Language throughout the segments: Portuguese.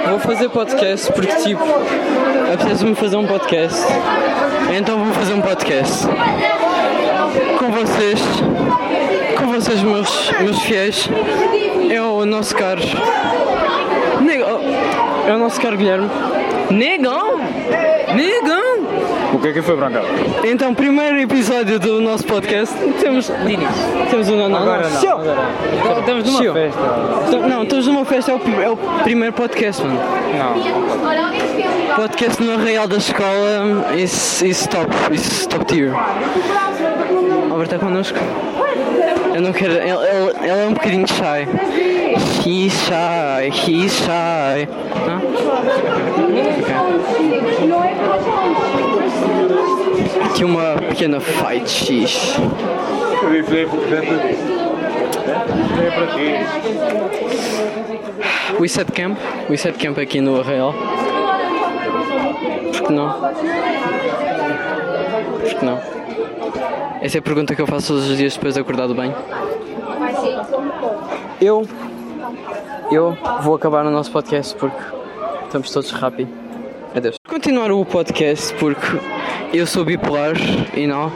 vou fazer podcast porque, tipo, apetece-me fazer um podcast. Então vou fazer um podcast com vocês meus fiéis. É o nosso caro Guilherme. Negão! O que é que foi, Branca? Então, primeiro episódio do nosso podcast. Temos um não. Agora não. Estamos numa festa. Não, estamos numa festa, é o primeiro podcast, mano. Não. Podcast no Arraial da Escola, isso top tier. Albert está connosco? Eu não quero, ele é um bocadinho shy. He's shy. Não? Okay. Aqui uma pequena fight X. We set camp aqui no Arraial. Por que não? Essa é a pergunta que eu faço todos os dias depois de acordar do banho. Eu vou acabar o nosso podcast porque estamos todos rápido. Adeus. Continuar o podcast porque eu sou bipolar e não.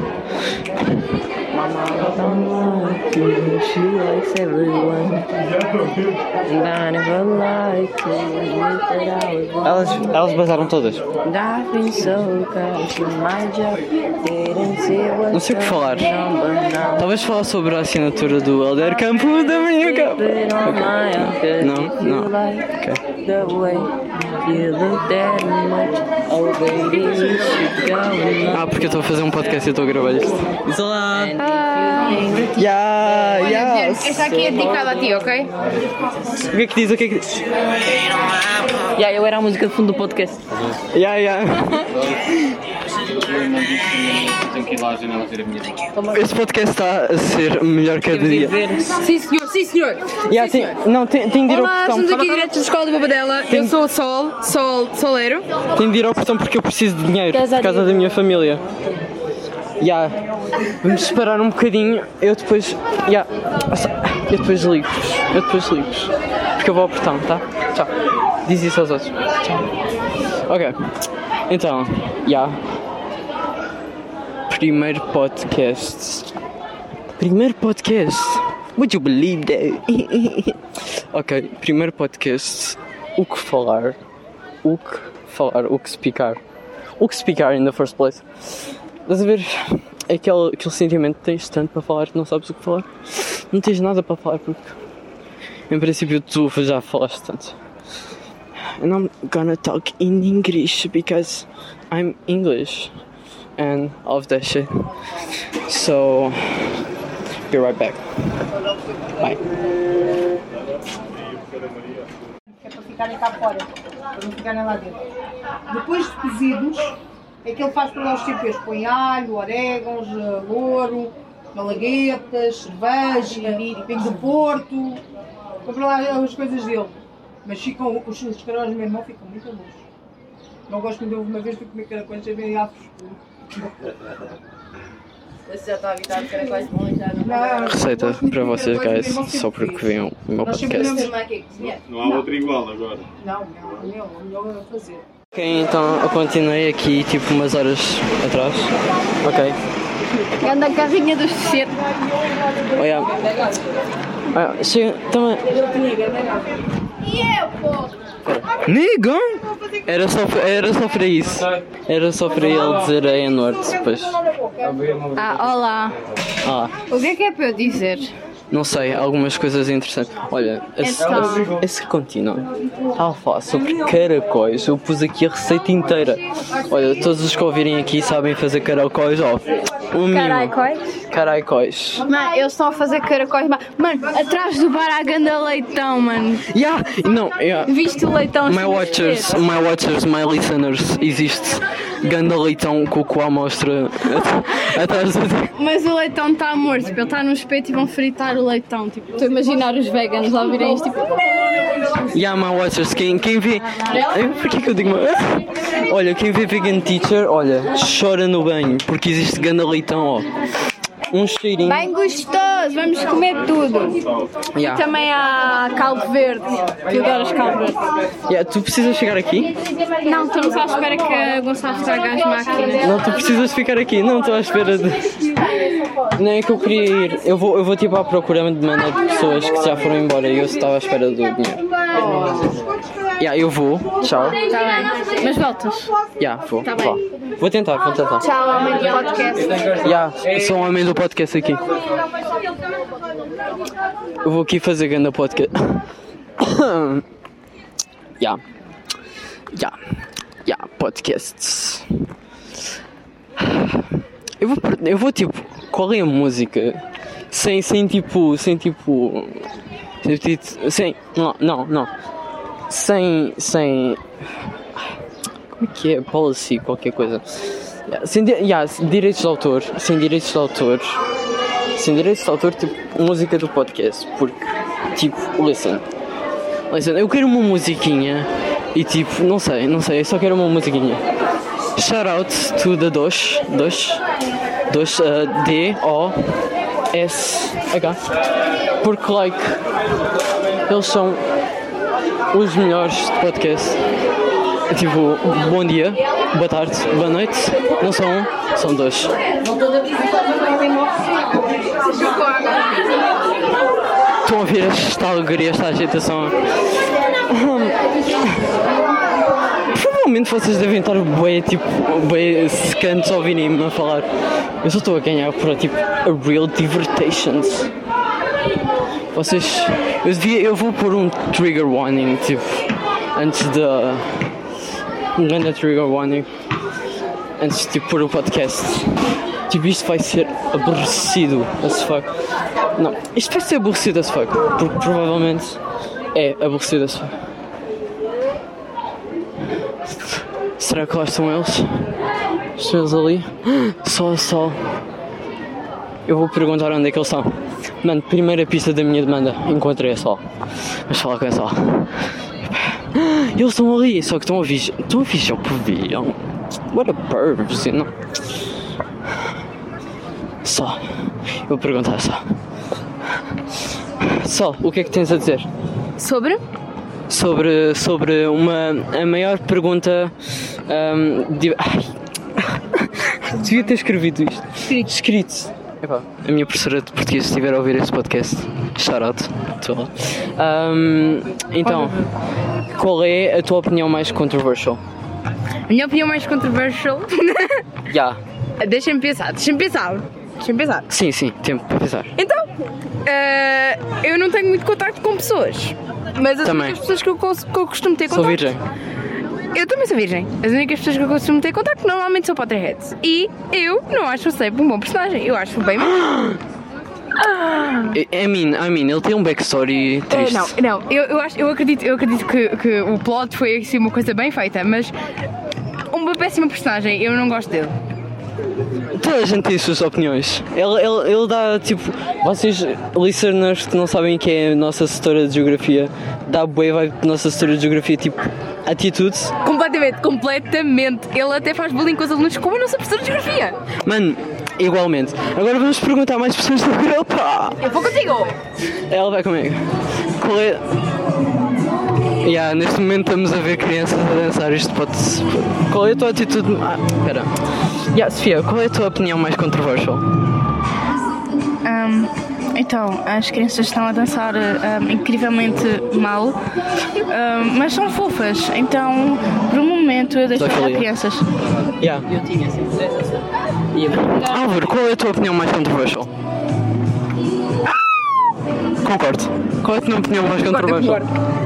She likes everyone. And I never liked it. Elas basaram todas. Não sei o que falar. Talvez falar sobre a assinatura do Helder Campo da minha capa. Okay. Não. Ok. Porque eu estou a fazer um podcast e estou a gravar isto. Diz olá. Esta aqui é dedicada a ti, ok? O que é que diz? Eu era a música de fundo do podcast. Este podcast está a ser melhor cada dia. Sim, senhor. Tem de ir ao Olá, portão. estamos aqui direto da Escola de Babadela. Eu sou o Soleiro. Tenho de ir ao portão porque eu preciso de dinheiro por causa da minha família. Vamos esperar um bocadinho. Eu depois ligo-vos. Porque eu vou ao portão, tá? Tchau. Diz isso aos outros. Tchau. Ok. Então, Primeiro podcast. Would you believe that? Ok, primeiro podcast. O que speakar in the first place. Estás a ver aquele sentimento que tens tanto para falar que não sabes o que falar? Não tens nada para falar porque em princípio tu já falaste tanto. And I'm gonna talk in English because I'm English and all of that shit. So be right back. Bye. É para ficarem cá fora, para não ficarem lá dentro. Depois de cozidos, é que ele faz para lá os temperos. Põe alho, orégãos, louro, malaguetas, cerveja, vinho do Porto. Compra lá as coisas dele. Mas ficam, os caroços do meu irmão ficam muito bons. Não gosto muito de uma vez de comer caracóis e bem afos. Você já está habitado de caracóis bons, já não. Receita para vocês, guys, só porque vêm o meu podcast. Não há outro igual agora. Não, o melhor é fazer. Ok, então eu continuei aqui tipo umas horas atrás. Ok. Anda a carrinha dos terceiros. Olha. Chega, também. E eu, pô? Negão? Era só para isso. Era só para ele dizer a N-word depois. Olá. O que é para eu dizer? Não sei, algumas coisas interessantes. Olha, esse contínuo estava a falar sobre caracóis. Eu pus aqui a receita inteira. Olha, todos os que ouvirem aqui sabem fazer caracóis, ó. Caracóis. Mano, eles estão a fazer caracóis. Mano, atrás do bar há ganda leitão, mano. Viste o leitão? My watchers, my listeners, existe ganda leitão com o qual à mostra atrás do... Mas o leitão está morto, tipo, ele está no espeto e vão fritar o leitão. Tipo, estou a imaginar os veganos lá virem isto, tipo... My watchers, quem vê... Por que eu digo... Olha, quem vê Vegan Teacher, olha, chora no banho, porque existe ganda leitão, ó. um cheirinho. Bem gostoso, vamos comer tudo. Yeah. Também há caldo verde, que adoras caldo verde. Yeah, tu precisas ficar aqui? Não, estamos à espera que a Gonçalo traga as máquinas. Não, tu precisas ficar aqui. Não, estou à espera de... Não é que eu queria ir. Eu vou tipo à procura de demanda de pessoas que já foram embora e eu estava à espera do dinheiro. Yeah, eu vou. Tchau. Está bem, mas voltas. Yeah, vou. Tá bem. Vá. Vou tentar. Tchau, homem do podcast. Yeah, sou um homem do podcast aqui. Eu vou aqui fazer grande podcast. Yeah, podcasts. Eu vou tipo, qual é a música? Sem como é que é? Policy, qualquer coisa. Sem direitos de autor, tipo, música do podcast, porque, tipo, listen, eu quero uma musiquinha e tipo, não sei, eu só quero uma musiquinha. Shout out to the Dosh, D-O-S-H, porque, like, eles são os melhores de podcast. Tipo, bom dia, boa tarde, boa noite. Não são um, são dois. Estão a ouvir esta alegria, esta agitação? Provavelmente vocês devem estar bem secantes a ouvirem-me a falar. Eu só estou a ganhar por tipo a real divertations. Vocês... Eu vou pôr um trigger warning, tipo, antes da... Um grande trigger warning antes de pôr o podcast. Tipo, isto vai ser aborrecido as fuck. Não, isto vai ser aborrecido as fuck, porque provavelmente é aborrecido as fuck. Será que lá estão eles? Estão eles ali? Sol. Eu vou perguntar onde é que eles estão. Mano, primeira pista da minha demanda. Encontrei a Sol. Vamos falar com a Sol. Eles estão ali, só que estão a vigiar o pavilhão. What a pervs, you know? Só, eu vou perguntar só, o que é que tens a dizer? Sobre a maior pergunta devia ter escrevido isto. Escrito. Epá, a minha professora de português, se estiver a ouvir este podcast, shout out. Então, qual é a tua opinião mais controversial? A minha opinião mais controversial? Já. Deixa-me pensar. Sim, tempo para pensar. Então, eu não tenho muito contacto com pessoas, mas as únicas pessoas que eu costumo ter contacto... Sou virgem. Eu também sou virgem. As únicas pessoas que eu costumo ter contacto normalmente são Potterheads. E eu não acho o Snape um bom personagem. Eu acho bem... I mean, ele tem um backstory triste. Eu acredito que o plot foi assim uma coisa bem feita, mas uma péssima personagem, eu não gosto dele. Toda a gente tem as suas opiniões. Ele dá, tipo, vocês listeners que não sabem quem é a nossa setora de geografia, dá bué vibe de nossa setora de geografia, tipo, atitudes. Completamente. Ele até faz bullying com os alunos como a nossa professora de geografia. Mano, igualmente. Agora vamos perguntar a mais pessoas do grupo. Eu vou contigo. Ela vai comigo. Qual é... neste momento estamos a ver crianças a dançar, isto pode... Qual é a tua atitude... espera. Sofia, qual é a tua opinião mais controversial? Então, as crianças estão a dançar incrivelmente mal, mas são fofas, então, por um momento, eu deixo as crianças. Eu tinha sempre Álvaro, qual é a tua opinião mais controversial? Concordo. Qual é a tua opinião mais controversial?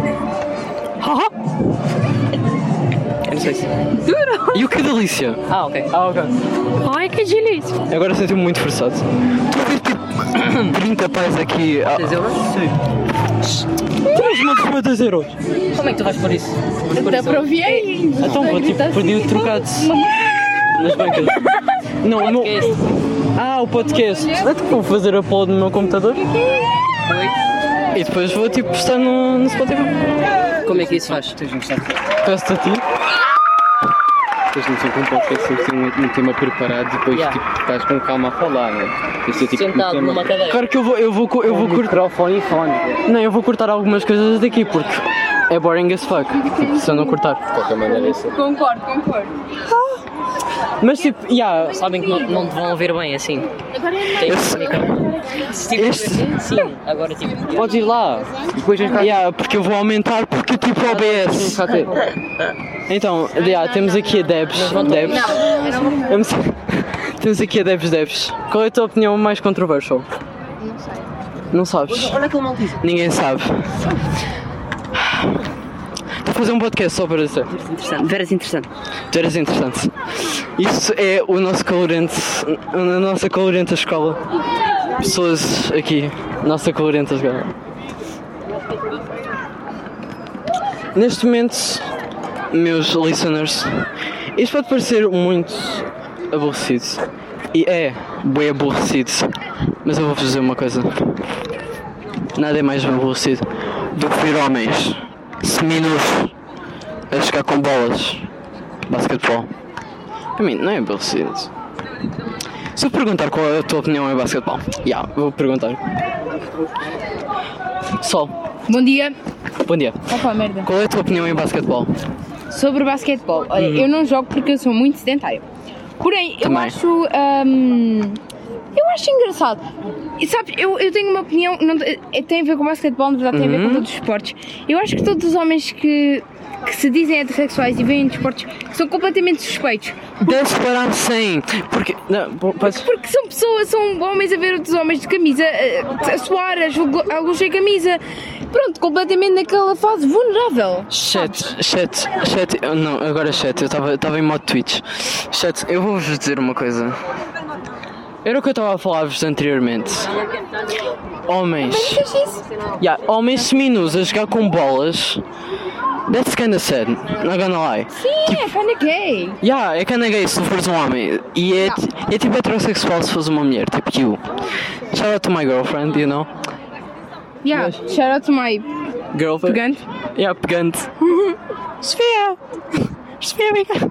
Eu não sei se... Duro! E o que delícia? Ok. Ai, que delícia! Agora senti-me muito forçado. Estou a ver tipo 30 pais aqui. 10 euros? Sim. Tens-me 10 euros. Como é que tu vais por isso? Até para ouvir aí! Então vou tipo perdi o trocado nas bancas. Não, não. O podcast. É que vou fazer upload no meu computador. E depois vou tipo postar no Spotify. Como é que isso faz? Peço-te a ti. Tens noção que um podcast sempre tem um tema preparado e depois tipo, estás com calma a falar, né? Tens tipo, Sentado numa cadeira. Claro que eu vou cortar. Microfone e fone. Não, eu vou cortar algumas coisas daqui porque é boring as fuck. Tipo, se eu não cortar. De qualquer maneira, isso. Concordo. Mas tipo, Sabem que não te vão ouvir bem assim. Tem esse microfone. Se tipo assim, sim. Agora tipo. podes ir lá. Depois tens cá. Porque eu vou aumentar porque tipo OBS. Então, temos aqui a Debs. Temos aqui a Debs. Qual é a tua opinião mais controversial? Não sei. Não sabes? Olha aquele maltese. Ninguém sabe. Vou fazer um podcast só para isso. Veras interessante. Tu eras interessante. Isso é o nosso colorente, a nossa colorenta escola. Pessoas aqui, nossa colorenta escola. Neste momento, meus listeners, isto pode parecer muito aborrecido. E é bem aborrecido. Mas eu vou-vos dizer uma coisa. Nada é mais aborrecido do que ver homens seminus a jogar com bolas. Basquetebol. Para mim, não é aborrecido. Se eu perguntar qual é a tua opinião em basquetebol, vou perguntar. Sol, Bom dia. bom dia. Opa, merda. Qual é a tua opinião em basquetebol? Sobre basquetebol, olha, eu não jogo porque eu sou muito sedentário. Porém, eu Também. acho. Eu acho engraçado. E sabes, eu tenho uma opinião. Não, tem a ver com basquetebol, na verdade, tem a ver com todos os esportes. Eu acho que todos os homens que se dizem heterossexuais e veem desportos são completamente suspeitos. That's what I'm saying. Porque. Não, podes. Porque são pessoas, são homens a ver outros homens de camisa, a suar, alguns sem camisa. Pronto, completamente naquela fase vulnerável. Chat, não, agora chat, eu estava em modo Twitch. Chat, eu vou-vos dizer uma coisa. Era o que eu estava a falar-vos anteriormente. Homens. Homens seminus a jogar com bolas. That's kinda sad, not gonna lie. Sim, é kinda gay. É kinda gay se tu fores um homem. E é tipo heterossexual se fores uma mulher, tipo you. Shout out to my girlfriend, you know? Shout out to my Girlfriend? pegante. Pegante. Sofia, amiga.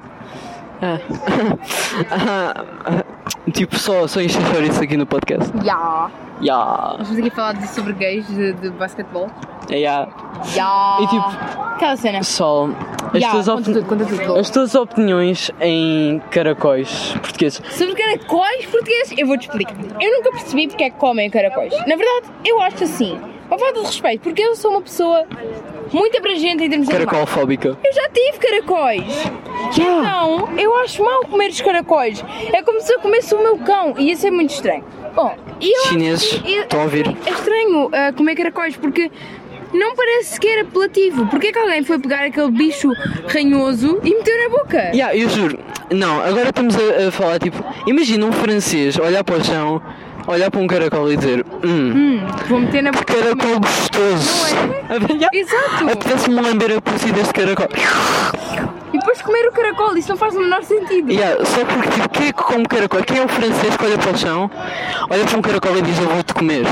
Tipo, só encher isso aqui no podcast. Vamos aqui falar sobre gays de basquetebol. E tipo, aquela cena. Sol, Conta tudo. as tuas opiniões em caracóis portugueses. Sobre caracóis portugueses, eu vou-te explicar. Eu nunca percebi porque é que comem caracóis. Na verdade, eu acho assim, uma falta de respeito, porque eu sou uma pessoa muito abrangente em termos de animais. Caracolfóbica. Eu já tive caracóis. Então, eu acho mal comer os caracóis. É como se eu comesse o meu cão. E isso é muito estranho. Bom, e eu Chineses, estão a ouvir? É estranho comer caracóis porque não parece sequer apelativo. Porque é que alguém foi pegar aquele bicho ranhoso e meteu na boca? Eu juro. Não, agora estamos a falar tipo, imagina um francês olhar para o chão, olhar para um caracol e dizer Vou meter na boca. caracol gostoso. Exato. Apetece-me lamber a pussy deste caracol. E depois comer o caracol, isso não faz o menor sentido. Só porque tipo, quem é que come caracol? Quem é o francês que olha para o chão, olha para um caracol e diz eu vou-te comer?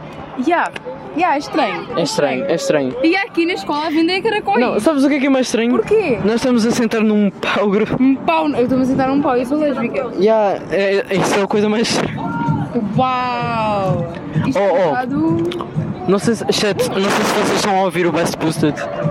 É estranho. É estranho. E aqui na escola vendem caracóis. Não, sabes o que é mais estranho? Porquê? Nós estamos a sentar num pau. Um pau. Eu estou-me a sentar num pau, eu sou lésbica. Isso é a coisa mais estranha. Uau! Isto é um bocado... Não sei se vocês estão a ouvir o Best Boosted.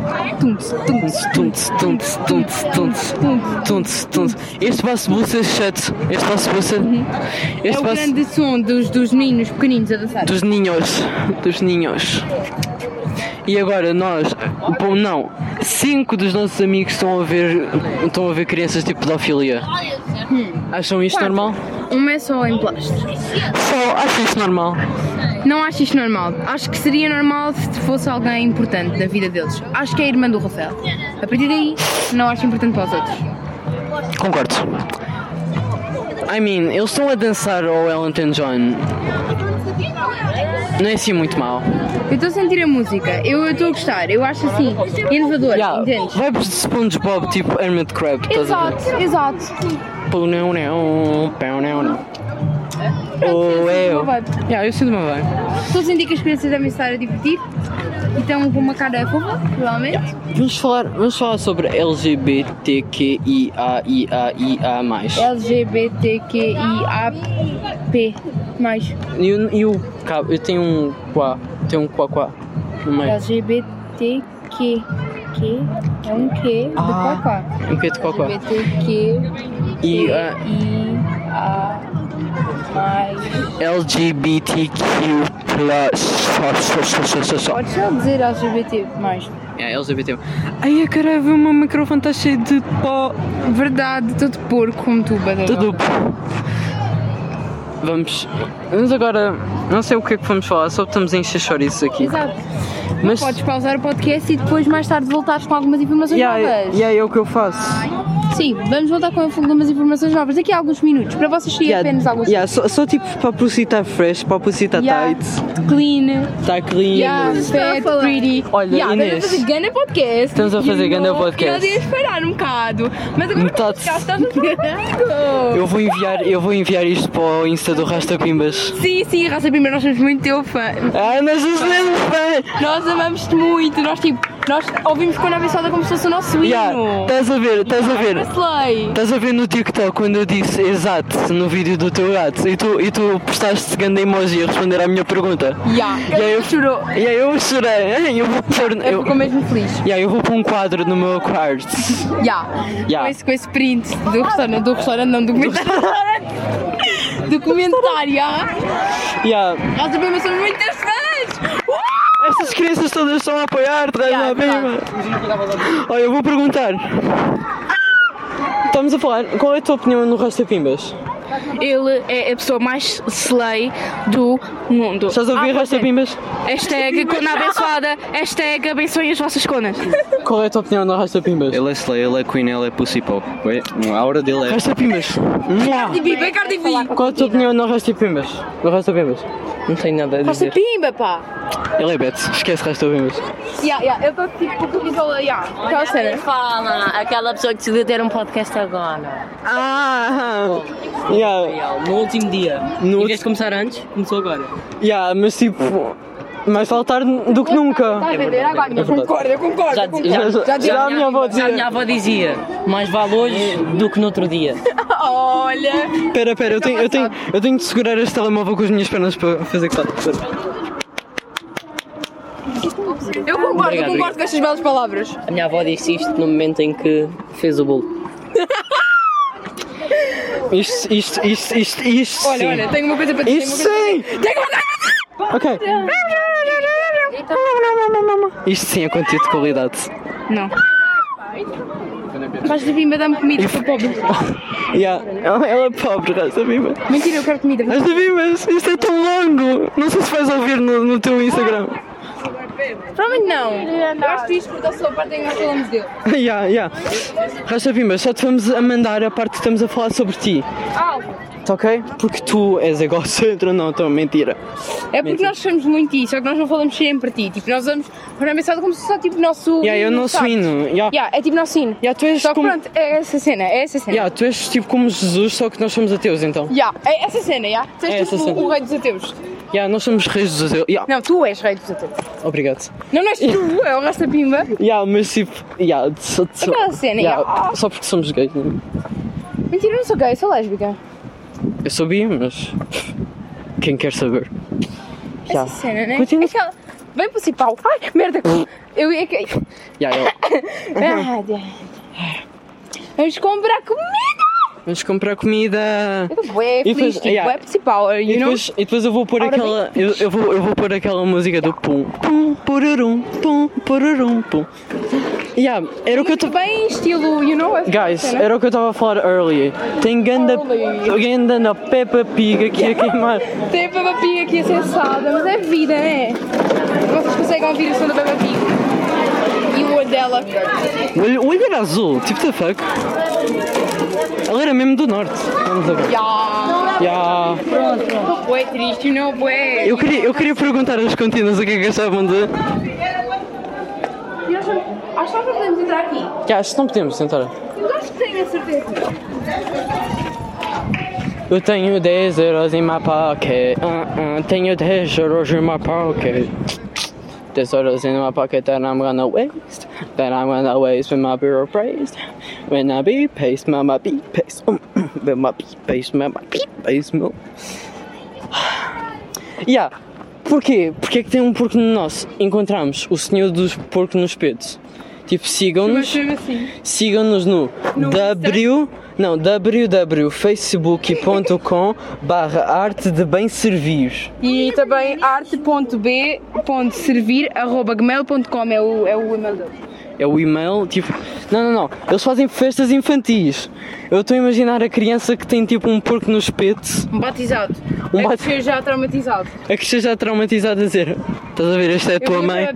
Este Best Boosted, chat. Este Best Boosted. É o grande som dos meninos pequeninos a dançar. Dos ninhos. E agora nós, 5 dos nossos amigos estão a ver crianças tipo pedofilia. Acham isto normal? Um é só em plástico. Acho isto normal. Não acho isto normal. Acho que seria normal se fosse alguém importante na vida deles. Acho que é a irmã do Rafael. A partir daí, não acho importante para os outros. Concordo. Eles estão a dançar ao Ellen John. Não é assim muito mal. Eu estou a sentir a música. Eu estou a gostar. Eu acho assim, inovador, entendes? Vibes de SpongeBob, tipo Hermit Crab. Exato. Eu sinto uma vibe. Estou a sentir que as crianças devem estar a divertir. E estão com uma cara fofa, provavelmente. Vamos falar sobre LGBTQIA+. LGBTQIAP+. E o cabo, eu tenho um quá no meio. LGBTQ. É um Q de quaquá. Um Q de quaquá. LGBTQIA+. LGBTQ+. Pode só dizer LGBT+. É, LGBT. Ai, caralho, o meu microfone está cheio de pó. Verdade, todo porco como tu, Badaló. Tudo. Vamos agora, não sei o que é que vamos falar, só estamos a encher chouriços aqui. Exato. Mas Podes pausar o podcast e depois mais tarde voltares com algumas informações novas. E aí é o que eu faço. Sim, vamos voltar com algumas informações novas daqui a alguns minutos. Para vocês seria apenas alguns só tipo para a publicidade estar fresh, para a publicidade tight. Clean. Está clean. Fat, pretty. Olha, Inês. Estamos a fazer ganda podcast. Estamos a fazer ganda podcast. Não devíamos parar um bocado. Mas agora Metade. o podcast está no comigo. Eu vou enviar isto para o Insta do Rastapimbas. Sim, Raça Pimba, nós somos muito teu fã. Nós somos mesmo fã. Nós amamos-te muito. Nós ouvimos quando a abençoada como se fosse o nosso hino. Estás a ver. Slay. Estás a ver no TikTok quando eu disse exato no vídeo do teu gato e tu postaste grande emoji a responder à minha pergunta. E aí eu chorou. E aí eu chorei. Eu vou pôr. Eu fico mesmo feliz. Eu vou pôr um quadro no meu quarto. Com esse print do restaurante, não, documentário. Documentário. Nós também somos muitas fãs. Estas crianças todas estão a apoiar-te, Olha, eu vou perguntar. Estamos a falar, qual é a tua opinião no Rastapimbas? Ele é a pessoa mais slay do mundo. Estás a ouvir Rastapimbas? Hashtag quando abençoada, hashtag abençoem as vossas conas. Qual é a tua opinião no Rastapimbas? Ele é slay, ele é queen, ele é pussy pop. A hora dele é... Rastapimbas! Cardi B. Qual é a tua opinião no Rastapimbas? Não tenho nada a dizer. Raça Pimba, pá! Ele é Beto, esquece Rastapimbas. Eu estou tipo com a camisola, aquela cena. Fala, aquela pessoa que decidiu ter um podcast agora. No último dia. Em vez de começar antes, começou agora. Mas tipo, mais vale tarde do que nunca. Está a vender agora, eu concordo. Já a minha avó dizia. A minha avó dizia, mais vale hoje do que no outro dia. Olha! Espera, eu tenho de segurar este telemóvel com as minhas pernas para fazer que tal. Eu concordo com estas belas palavras. A minha avó disse isto no momento em que fez o bolo. Isto Olha, tenho uma coisa para dizer. Isto sim! Ok. Isto sim é conteúdo de qualidade. Não. Raça Pimba dá-me comida, sou pobre. Ela é pobre, Rastapimbas. Mentira, eu quero comida. Rastapimbas, isto é tão longo. Não sei se vais ouvir no teu Instagram. Provavelmente não. Eu acho que isto porque da sua parte em que nós falamos dele. Rastapimbas, só te vamos a mandar a parte que estamos a falar sobre ti. Tá ok? Porque tu és egocêntrico, não, estou mentira. É porque nós somos muito isso, só que nós não falamos sempre ti. Tipo, nós vamos para a mensagem como se fosse tipo nosso. É o nosso hino. É tipo nosso hino. Tu és só que como... pronto, é essa cena. Tu és tipo como Jesus, só que nós somos ateus então. É essa cena, Tu és tipo o rei dos ateus. Nós somos reis dos ateus. Não, tu és rei dos ateus. Obrigado. Não és tu, é o Rastapimba. Mas tipo, aquela cena, só porque somos gays, não é? Mentira, eu não sou gay, eu sou lésbica. Eu sou bi, mas quem quer saber? Essa cena, né? Continua. Aquela... Bem principal. Ai, merda. Eu ia cair. Vamos comprar comida. Vamos comprar comida. Ué, feliz, tipo, é principal, e depois eu vou pôr aquela. Eu vou pôr aquela música do pum, pum, purarum, pum, purarum, pum. Era o que eu estava. Bem estilo, Guys, era o que eu estava a falar earlier. Tem ganda na Peppa Pig aqui a queimar. Tem a Peppa Pig aqui a ser assada, mas é vida, né? Vocês conseguem ouvir o som da Peppa Pig? E o olho dela. O olho era azul, tipo the fuck. Ela era mesmo do norte. Vamos a ver. Pronto. Bué triste, bué. Eu queria perguntar às contínuas o que é que achavam de... Acho que nós não podemos entrar aqui. Acho que não podemos tentar. Eu acho que tenho a certeza. Eu tenho 10 euros em my pocket. Tenho 10 euros em my pocket. Tesoros in my pocket that I'm gonna waste. That I'm gonna waste when my bureau praised. When I be paste, mama be paste. When my be paste, mama be paste, meu. Yeah. Porquê? Porque é que tem um porco no nosso? Encontramos o senhor dos porcos nos espetos. Tipo, sigam-nos. Sigam-nos no www.facebook.com/arte de bem servir. E também arte.b.servir@gmail.com é o e-mail dele. É o e-mail, tipo... Não. Eles fazem festas infantis. Eu estou a imaginar a criança que tem tipo um porco no espeto. Um batizado. A crescer já traumatizado. A crescer já traumatizado a dizer... Estás a ver, esta é a tua mãe.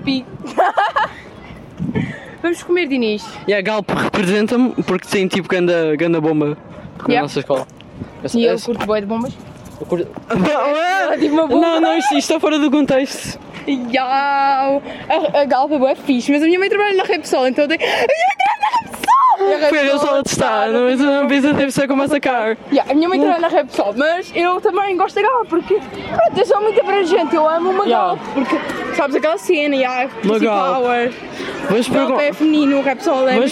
Vamos comer, Dinis. E a Galp representa-me porque tem tipo ganda bomba na nossa escola. E eu curto bué de bombas. Eu curto... Não, isto está fora do contexto. A Galp é bué fixe, mas a minha mãe trabalha na Repsol, então eu tenho... Foi a Repsol de estar, mas não precisa ter ser como essa car. A minha mãe trabalha na Repsol, mas eu também gosto da Galp porque pronto, eu sou muito abrangente, eu amo uma Galp porque sabes aquela cena, Pussy Power. Galp é feminino, Repsol é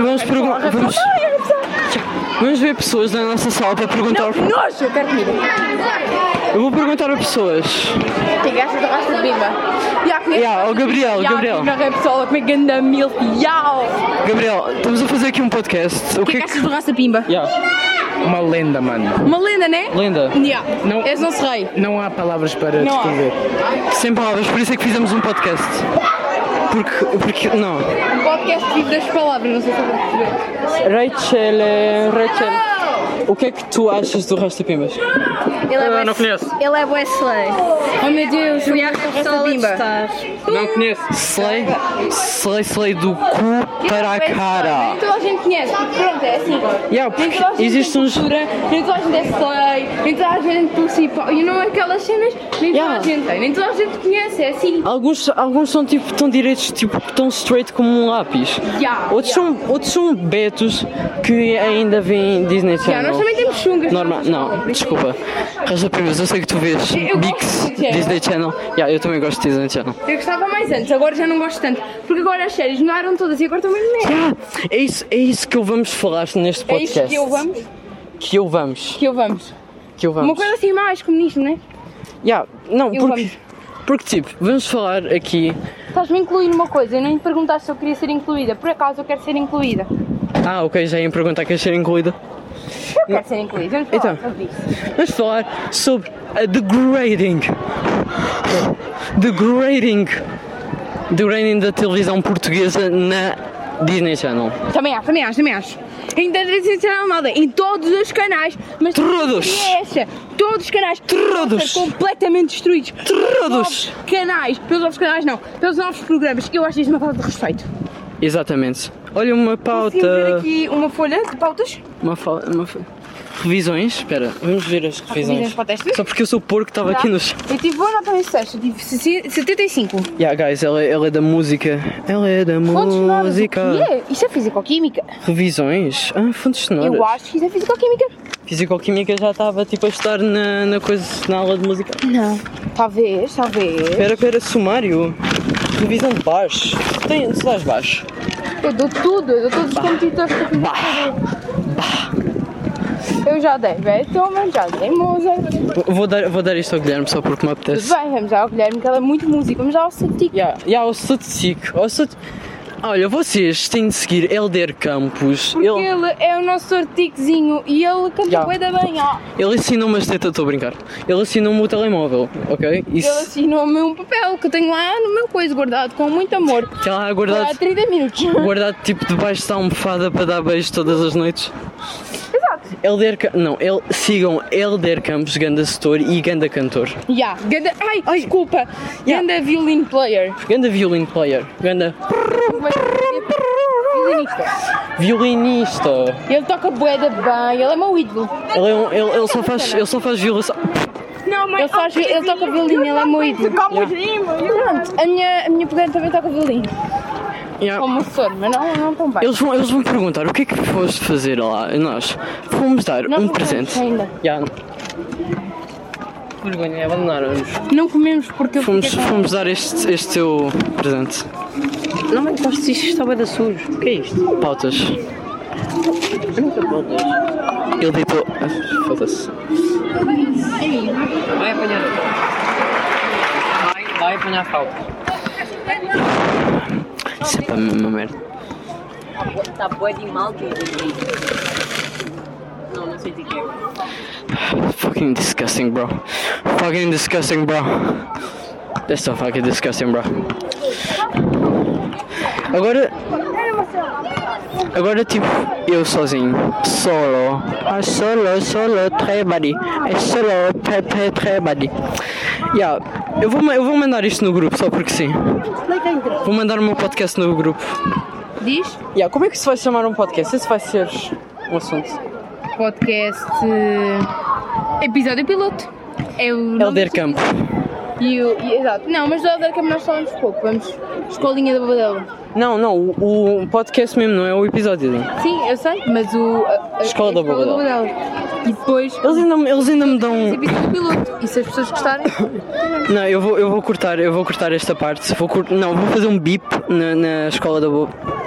Vamos ver pessoas na nossa sala para perguntar. Nossa, eu quero comida. Eu vou perguntar a pessoas. Tem gastas da raça de bimba. O Gabriel. Na Repsol, como é que anda milk? Gabriel, estamos a fazer aqui um podcast. O que é que achas do raça de bimba? Uma lenda, mano. Uma lenda, né? Lenda. Não, és nosso rei. Não há palavras para descrever. Sem palavras, por isso é que fizemos um podcast. Porque não. Um podcast vive das palavras, não sei se vai perceber. Rachel, o que é que tu achas do Rasta Pimbas? Eu não conheço. Ele é bué slay. Oh meu Deus, Fui à Repsol a testar. Não conheço. Slay do cu para a cara. Nem toda a gente conhece, porque pronto, é assim. Nem toda a gente existem uns... cultura, nem toda a gente é slay, nem toda a gente principal. E não é aquelas cenas, nem toda a gente tem, nem toda a gente conhece, é assim. Alguns são tipo tão direitos, tipo tão straight como um lápis. Outros são betos que ainda vêm Disney Channel. Nós também temos chungas. Não, desculpa. Rasta Pimbas, eu sei que tu vês Bix, Disney Channel. Eu também gosto de Disney Channel. Eu gostava mais antes, agora já não gosto tanto. Porque agora as séries mudaram todas e agora também não é. É isso que eu vamos falar neste podcast. É isso que eu vamos? Que eu vamos. Uma coisa assim mais comunismo, não é? Não, porque tipo, vamos falar aqui... Estás-me a incluir numa coisa, eu nem me perguntaste se eu queria ser incluída. Por acaso eu quero ser incluída. Ok, já ia perguntar, queres ser incluída? Eu quero ser incluída, vamos falar sobre isso. Vamos falar sobre a degrading da televisão portuguesa na Disney Channel. Também acho. Ainda nada, em todos os canais, mas todos os canais todos completamente destruídos. Todos pelos novos canais não, pelos novos programas. Eu acho isto uma falta de respeito. Exatamente. Olha uma pauta. Conseguimos ver aqui uma folha de pautas? Revisões, espera, vamos ver as revisões. Só porque eu sou porco que estava aqui nos... Eu tive boa nota nesse teste, eu tive 75. Guys, ela é da música. Música. Isto é fisicoquímica. Revisões? Fontes sonoras. Eu acho que isso é fisicoquímica. Fisicoquímica já estava tipo a estar na aula de música. Não, talvez. Espera, sumário. Revisão de baixo. Tu dás baixo? Eu dou todos os competidores para Eu já dei Beethoven, já dei Mozart. Vou dar isto ao Guilherme só porque me apetece. Tudo bem, vamos dar ao Guilherme, que ele é muito músico. Vamos dar ao Satic. Ao Satic. Olha, vocês têm de seguir Helder Campos. Porque ele é o nosso artigozinho e ele canta bué da bem. Ele ensinou-me a estou a brincar. Ele ensinou-me o telemóvel, ok? Ele ensinou-me um papel que eu tenho lá no meu coisa guardado com muito amor. Está lá guardado. Há 30 minutos. Guardado tipo debaixo da almofada para dar beijos todas as noites. Exato. Sigam Helder Campos, ganda setor e ganda cantor. Desculpa. Ganda violin player. Ganda violinista. Ele toca bué da bem, ele é meu ídolo. Ele só faz violação. Não, mas ele toca violino, ele é meu ídolo. Pronto, a minha pequena também toca violino. Como for, mas não tão bem. Eles vão perguntar o que é que foste fazer lá. Nós fomos dar um presente. Ainda. Que vergonha, abandonaram-nos. Não comemos porque eu Fomos dar este teu presente. Não me gosto disto, está bem da sujo. O que é isto? Pautas. Nunca pautas. Ele ditou. Foda-se. Vai apanhar. Vai apanhar falta. Isso é para a mesma merda. Está bué de mal que não sei de que é. Fucking disgusting, bro. Fucking disgusting, bro. That's so fucking disgusting, bro. Agora tipo, eu sozinho. Solo. Solo, trebadi. Solo, trebadi. Yeah, eu vou mandar isto no grupo só porque sim. Vou mandar o meu podcast no grupo. Diz? Yeah, como é que se vai chamar um podcast? Esse vai ser um assunto. Podcast. Episódio piloto. É o. Helder Campo. Exato. Não, mas do Helder Campo nós falamos pouco. Vamos. Escolinha da Babadela. Não, o podcast mesmo, não é o episódio. Sim, eu sei, mas a Escola da Babadela. E depois. Eles ainda me dão. Episódio piloto. E se as pessoas gostarem. Não, eu vou cortar esta parte. Vou fazer um beep na escola da Babadela.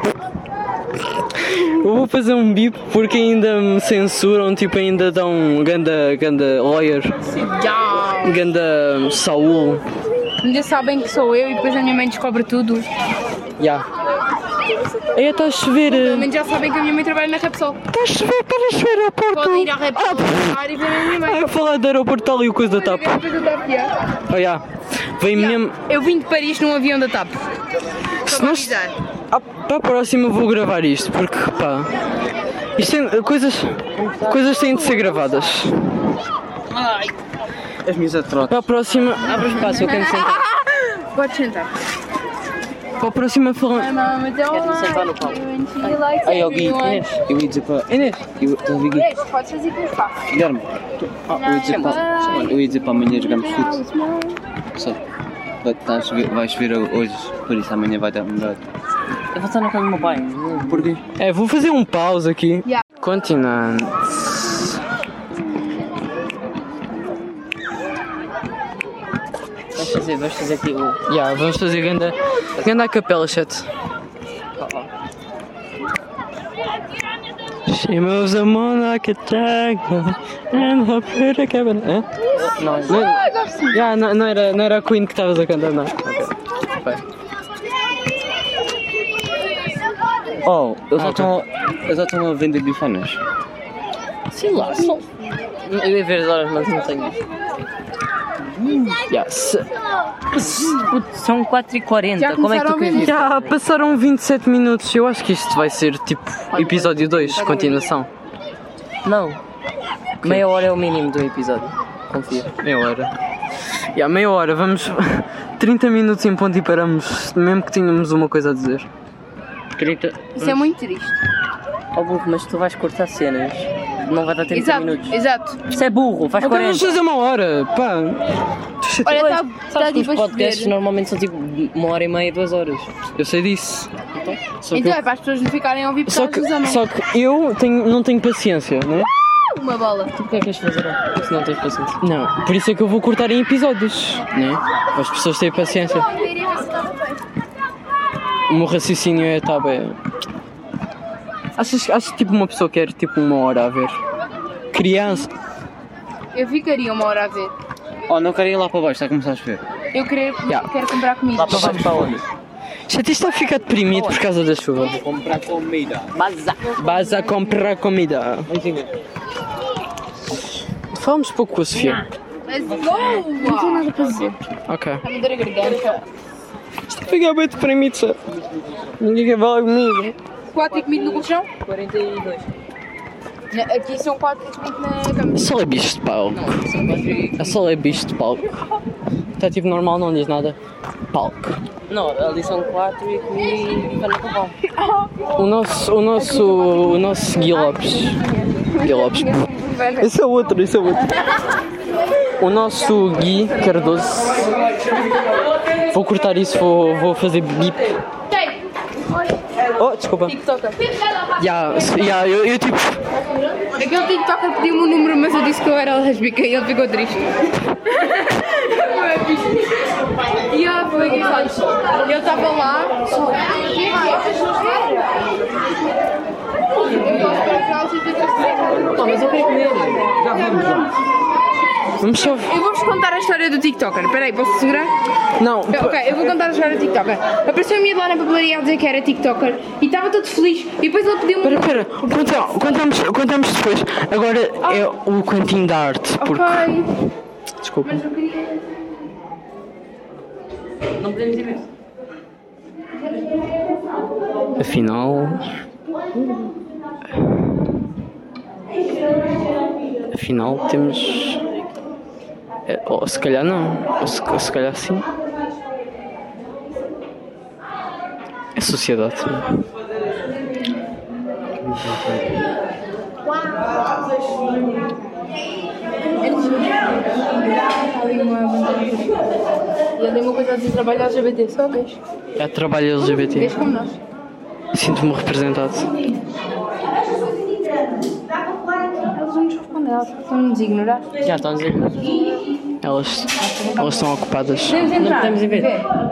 Eu vou fazer um bip porque ainda me censuram, tipo, ainda dão ganda lawyer, ganda Saúl. Ainda sabem que sou eu e depois a minha mãe descobre tudo. Já. Aí está a chover. Pelo menos já sabem que a minha mãe trabalha na Repsol. Está a chover aeroporto. Podem ir à Repsol e ver a minha mãe. Eu falar de aeroporto ali o coisa da TAP. Oh, já. Vem mesmo. Eu vim de Paris num avião da TAP. Se nós... para a próxima vou gravar isto, porque pá, isto coisas têm de ser gravadas. As minhas atrotas. Para a próxima. Abre o espaço, eu quero me sentar. Podes sentar. Para a próxima falamos. Quero-me sentar no palco. Aí, Gui, Inês, eu ia dizer para... Inês, estás a ver, Gui? Podes fazer com o espaço. Guilherme, eu ia dizer para amanhã jogamos fute. Só, vai chover hoje, por isso amanhã vai dar melhor. Eu vou estar na casa do meu pai. Porquê? Vou fazer um pause aqui. Yeah. Continuando. Vamos fazer aqui o... Vamos fazer ganda a capela, chat. She moves the moon like a dragon and her pretty cabin. Não era a Queen que estavas a cantar, não. Okay. Oh, eles já estão a vender bifanas. Sei lá, só... Eu ia ver as horas, mas não tenho. São 4h40, como é que tu queres isso? Já passaram 27 minutos, eu acho que isto vai ser tipo episódio 2, continuação. Não, meia hora é o mínimo do episódio, confia. Meia hora. Meia hora, vamos 30 minutos em ponto e paramos, mesmo que tínhamos uma coisa a dizer. 30. Isso é muito triste. Oh burro, mas tu vais cortar cenas, não vai dar 30 minutos. Exato. Isso é burro, faz 40. Vamos fazer uma hora, pá. Olha, está tipo os podcasts normalmente são tipo 1h30, 2 horas. Eu sei disso. Então é para as pessoas não ficarem a ouvir por causa dos amém. Só que eu não tenho paciência, não é? Uma bola. Tu porquê é que queres fazer se não tens paciência? Não, por isso é que eu vou cortar em episódios, não é? Para as pessoas terem paciência. O meu raciocínio é, tá bem. Achas que tipo uma pessoa quer tipo uma hora a ver? Criança. Eu ficaria uma hora a ver. Oh, não quero ir lá para baixo, está a começar a chover. Eu quero comprar comida. Lá para baixo para onde? Já está a ficar deprimido por causa da chuva. Vou comprar comida. Vas a comprar comida. Falamos pouco com a Sofia. Let's go! Não tem nada para dizer. Ok. Está a me dar a garganta. Estou a ficar bem deprimido, só. Ninguém quer falar comigo. 4 e comido no colchão? 42. Aqui são 4 e comido na cama. Só é bicho de palco. É só é bicho de palco. Está tipo normal, não diz nada. Palco. Não, ali são 4 e comi para no pão. O nosso Gui Lopes. Gui Lopes. Esse é outro. O nosso Gui Cardoso. Vou cortar isso, vou fazer bip. Oh, Desculpa. TikToker. Eu tipo. Aquele TikToker pediu-me o número, mas eu disse que eu era lésbica e ele ficou triste. E foi engraçado. Ele estava lá. Mas eu quero comer. Já vamos lá. Vamos só. Eu vou-vos contar a história do TikToker. Espera aí, posso segurar? Não. Ok, eu vou contar a história do TikToker. Apareceu a minha lá na papelaria a dizer que era TikToker e estava todo feliz. E depois ele pediu-me. Espera. Contamos depois. Agora é o cantinho da arte. Porque. Ok. Desculpa. Mas eu queria. Não podemos ir mesmo. Afinal temos. Ou se calhar não. Ou se calhar sim. É sociedade. E ele tem uma coisa a dizer trabalho LGBT, só gays. É trabalho LGBT. Gays como nós. Sinto-me representado. Eles não nos respondem, elas estão-nos a ignorar. Já estão a dizer. Elas estão ocupadas. Podemos entrar? podemos ir ver.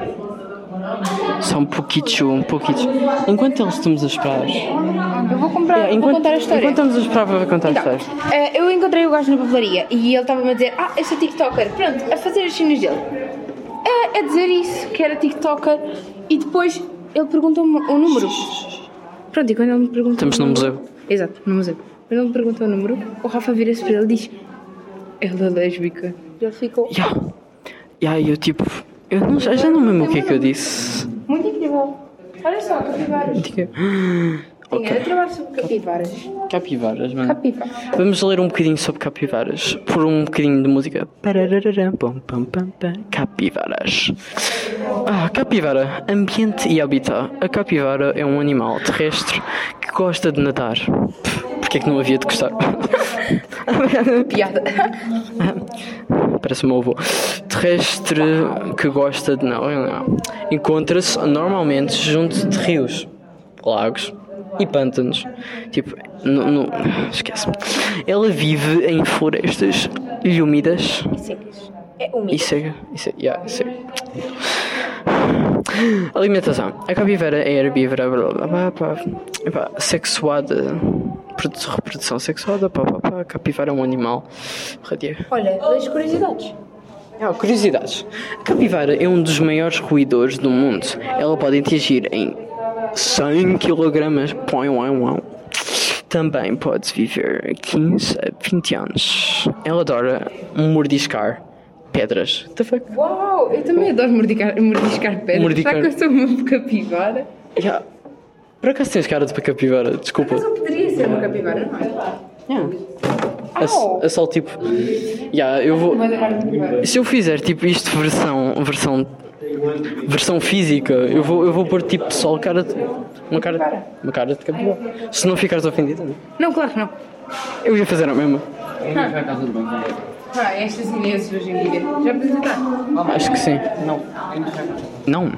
Só um pouquinho. Enquanto eles estamos a esperar. Eu vou comprar, vou contar a história. Enquanto estamos a esperar para contar a história. Eu encontrei o gajo na papelaria e ele estava-me a dizer: eu sou TikToker. Pronto, a fazer as cenas dele. A dizer isso, que era TikToker. E depois ele perguntou-me o número. Pronto, e quando ele me perguntou. Estamos no museu. Exato, no museu. Quando ele me perguntou o número, o Rafa vira-se para ele e diz: ela é lésbica. E ele ficou. Eu tipo. Eu já não me lembro o que é que eu disse. Muito incrível. Olha só, capivaras. Sim, era trabalho sobre capivaras. Capivaras, mano. Capivaras. Vamos ler um bocadinho sobre capivaras. Por um bocadinho de música. Capivaras. Capivara. Ambiente e habitat. A capivara é um animal terrestre que gosta de nadar. Porque é que não havia de gostar? Piada. Parece o meu avô. Terrestre que gosta de... Não. Encontra-se normalmente junto de rios, lagos e pântanos. Tipo, esquece-me. Ela vive em florestas úmidas. E secas. É úmido. E seca. Alimentação. A capivara é herbívora, sexuada, reprodução sexuada, A capivara é um animal radiante. Olha, das curiosidades. Curiosidades. A capivara é um dos maiores roedores do mundo. Ela pode atingir em 100 kg. Também pode viver 15 a 20 anos. Ela adora mordiscar pedras. What the fuck? Uau, eu também adoro mordiscar pedras. Será que eu sou uma capivara? Por acaso tens cara de capivara? Desculpa. Mas eu poderia ser uma capivara, não é? É só tipo. Eu vou. Se eu fizer tipo isto versão física, eu vou pôr tipo só uma cara de capivara. Se não ficares ofendido, não? Não, claro que não. Eu ia fazer a mesma. Estas inês hoje em dia. Já podes entrar? Acho que sim. Não?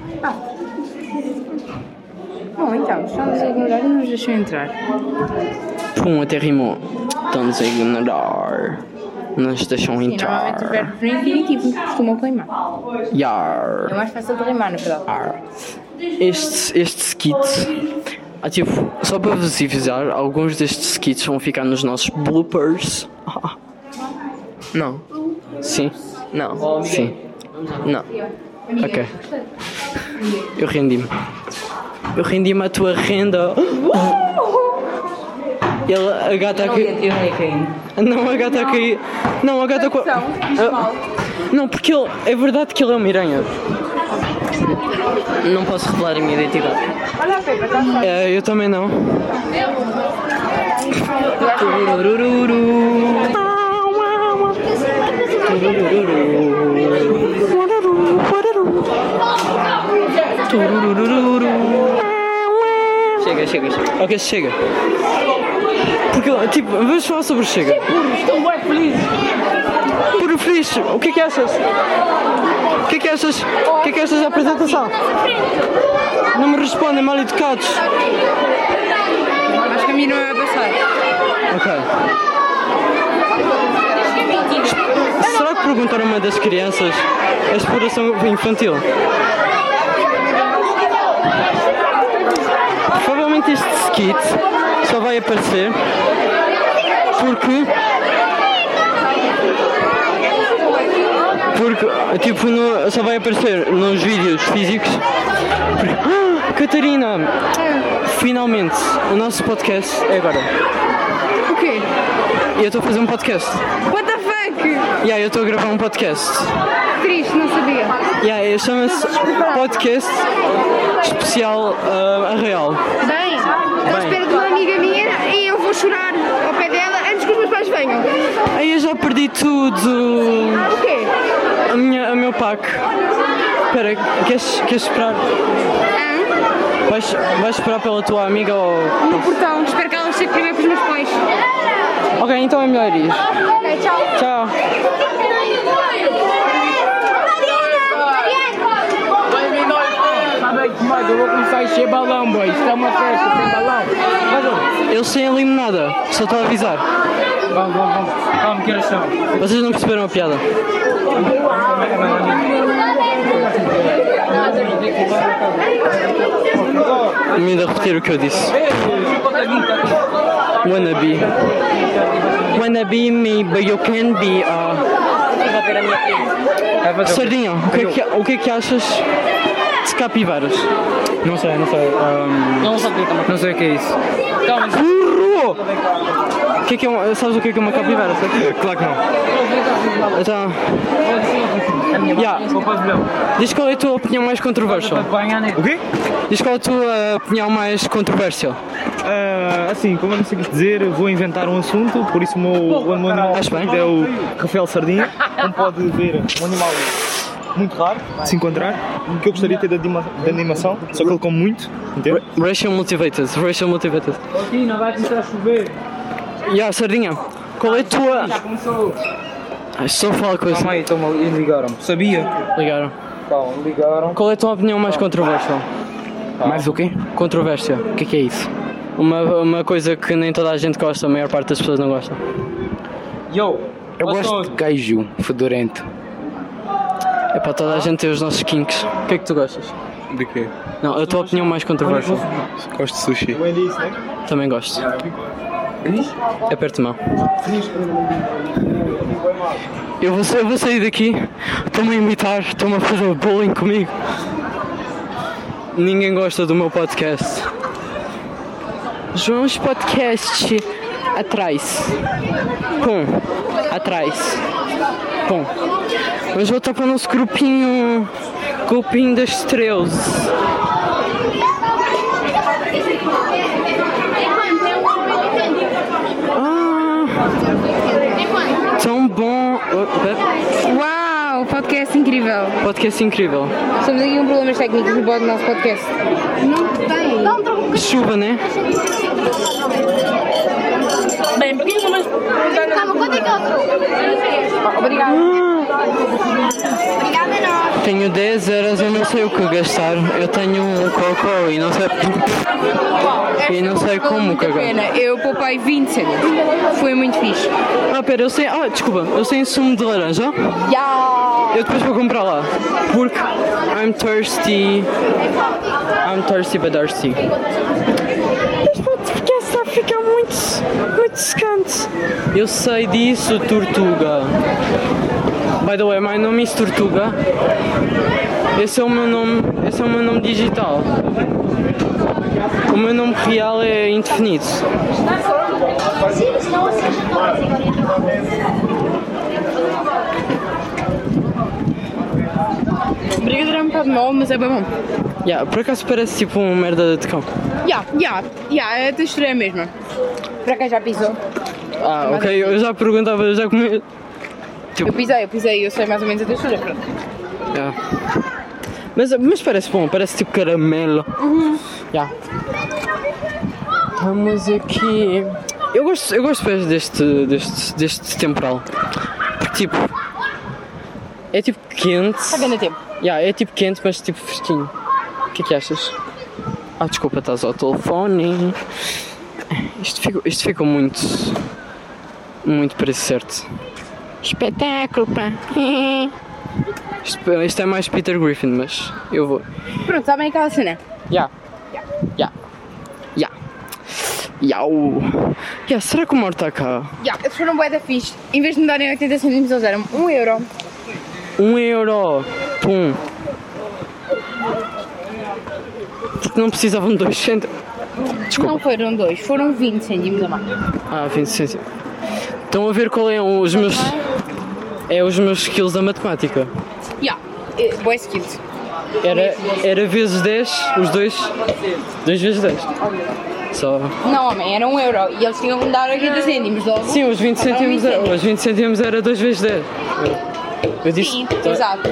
Bom, então, estamos a ignorar e nos deixam entrar. Até rimou. Estamos a ignorar. Nos deixam entrar. Normalmente o verbo no infinitivo costumam rimar. É mais fácil de rimar, na verdade. Este skit. Tipo, só para vos avisar, alguns destes skits vão ficar nos nossos bloopers. Não. Sim. Não. Sim. Não. Ok. Eu rendi-me à tua renda. A gata aqui. Eu não ia cair. Não, a gata aqui. Não, a gata. Não, porque é verdade que ele é uma miranha. Não posso revelar a minha identidade. Olha a Pepa, está Eu também não. Chega. Ok, chega. Porque, tipo, vamos falar sobre o Chega. Estou bem feliz. Puro feliz. O que é que achas? O que é que achas? O que é que achas da apresentação? Não me respondem, mal educados. Acho que a mim não vai passar. Ok. Será que perguntaram a uma das crianças a exploração infantil? Provavelmente este skit só vai aparecer porque tipo só vai aparecer nos vídeos físicos porque, Catarina, finalmente o nosso podcast é agora. O quê? E eu estou a fazer um podcast. What the fuck? Eu estou a gravar um podcast. Triste, não sabia. Chama-se Podcast Especial Arraial. Bem, estou à espera de uma amiga minha e eu vou chorar ao pé dela antes que os meus pais venham. Aí eu já perdi tudo. O quê? O meu pack. Espera, queres esperar? Vais esperar pela tua amiga ou... No portão, espero que ela chegue primeiro para os meus pais. Ok, então é melhor ir. Ok, tchau. Tchau. Mas eu vou começar a encher balão, boy. Isto é uma festa sem balão. Eu sem eliminada, só estou a avisar. Vamos. Calma, que horas são? Vocês não perceberam a piada? Me ainda repetir o que eu disse. Wanna be me, but you can be Sardinha, o que é que achas de capivaras? Não sei. Não sei o que é isso. Burro! Sabes o que é uma capivara? Claro que não. Então... Diz qual é a tua opinião mais controversial. O quê? Diz qual é a tua opinião mais controversial. Assim, como eu não sei o que dizer, vou inventar um assunto, por isso o meu animal Acho bem. é o Rafael Sardinha. Como pode ver, um animal muito raro de se encontrar, que eu gostaria de ter de animação, só que ele come muito, entende? Racial motivated. Aqui não vai começar a chover. Sardinha, qual é a tua... Já começou. Só a falar com isso. Calma aí, ligaram-me. Sabia? Ligaram. Calma, ligaram. Qual é a tua opinião mais controversial? Mais o quê? Controvérsia. O que é isso? Uma coisa que nem toda a gente gosta, a maior parte das pessoas não gosta. Eu gosto de queijo fedorento. É para toda a gente ter os nossos kinks. O que é que tu gostas? De quê? Não, a tua opinião mais controversial. Gosto de sushi. Também gosto. É perto de mão. Eu vou sair daqui. Estão-me a imitar, estão-me a fazer bullying comigo. Ninguém gosta do meu podcast. João's Podcast atrás. Pum. Atrás. Pum. Vamos voltar para o nosso grupinho das estrelas. Tão bom. Uau, podcast incrível. Podcast incrível. Temos aqui problemas técnicos no nosso podcast. Não tem. Chuva, né? Bem, pequeno, mas... Calma, quanto é que é o truque? Obrigada. Obrigada a nós. Tenho 10 euros, eu não sei o que gastar. Eu tenho um cocô e não sei. E não sei como cagar. Pena. Eu poupei 20 cêntimos. Foi muito fixe. Pera, eu sei. Desculpa, eu sei sumo de laranja. Eu depois vou comprar lá. Porque I'm thirsty but thirsty. Este podcast está a ficar muito secante. Eu sei disso, Tortuga. By the way, my nome é Tortuga. Esse é o meu nome digital. O meu nome real é indefinido. Brigadeiro é um bocado mau, mas é bem bom. Por acaso parece tipo uma merda de cão. A textura é a mesma. Para quem já pisou? Ok, eu já perguntava, eu já comi. Tipo... Eu pisei, eu sei mais ou menos a textura, pronto. Mas parece bom, parece tipo caramelo. Estamos aqui Eu gosto bem deste temporal. Porque tipo. É tipo quente. Está ganhando tempo. Yeah, é tipo quente, mas tipo fresquinho. O que é que achas? Ah, desculpa, estás ao telefone. Isto ficou muito preço certo. Espetáculo, pá. Isto é mais Peter Griffin, mas eu vou. Pronto, sabem aquela cena? Ya. Será que o Mauro está cá? Eles foram bué da fixe. Em vez de me darem 80 cêntimos, eles deram 1 euro. 1 euro. Pum. Porque não precisavam de 2 cêntimos. Desculpa. Não foram 2, foram 20 cêntimos a mais. 20 cêntimos. Estão a ver qual é os meus... É os meus skills da matemática. Boa skills. Era vezes 10, os dois. 2 vezes 10. Só. Não, homem, era 1 euro e eles tinham que me dar 80 cêntimos logo. Sim, os 20 cêntimos era 2 vezes 10. Eu disse. Sim, exato.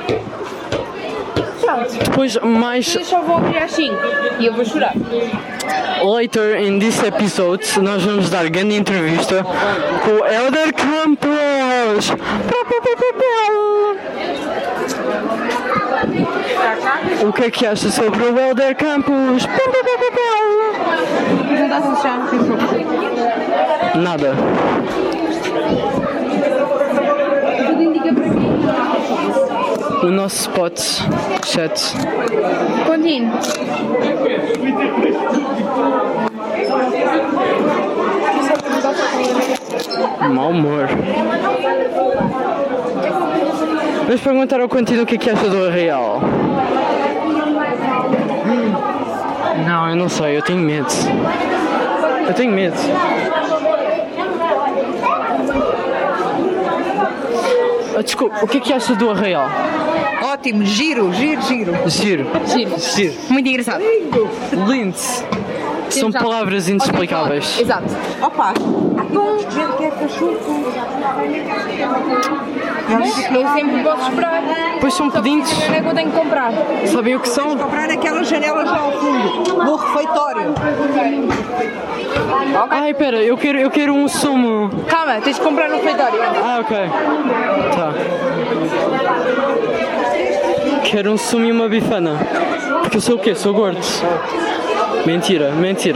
Pronto. Depois mais. Eles só vão abrir às 5 e eu vou chorar. Later in this episode, nós vamos dar grande entrevista com o Helder Campos. O que é que acha sobre o Helder Campos? Nada. O nosso spot, chat. Continue. Mau humor. Vamos perguntar ao Quintino o que é que acha do Arraial. Não, eu não sei, eu tenho medo. Desculpa, o que é que acha do Arraial? Ótimo, giro. Giro. Muito engraçado. Lindo. São palavras inexplicáveis. Exato. Opa, então, gente quer cachorro. Eu sempre posso esperar. Pois são pedintes. Não é que eu tenho que comprar. Sabem o que são? Comprar aquelas janelas lá ao fundo, no refeitório. Ai, pera, eu quero um sumo. Calma, tens de comprar no refeitório. Ok. Tá. Quero um sumo e uma bifana. Porque eu sou o quê? Sou gordo. Mentira.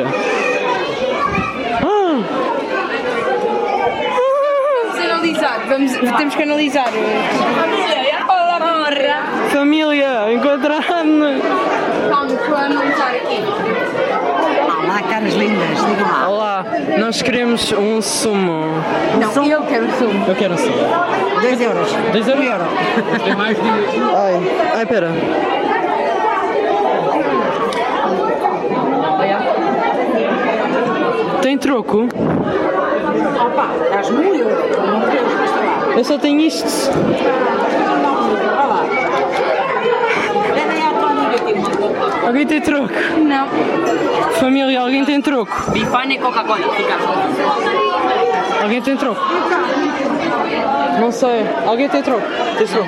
Temos que analisar. Olá, morra. Família, encontrar-nos. Calma, estou a analisar aqui. Olá, caras lindas, digam lá. Olá, nós queremos um sumo. Não, eu quero sumo. Eu quero um sumo. 2 euros. 2 euros? 1 euro. Ai, pera. Tem troco? Opa, estás no euro. Não queres gastar. Eu só tenho isto. Olha lá. Alguém tem troco? Não. Família, alguém tem troco? Bifana e Coca-Cola, fica. Alguém tem troco? Não sei. Alguém tem troco? Tem troco?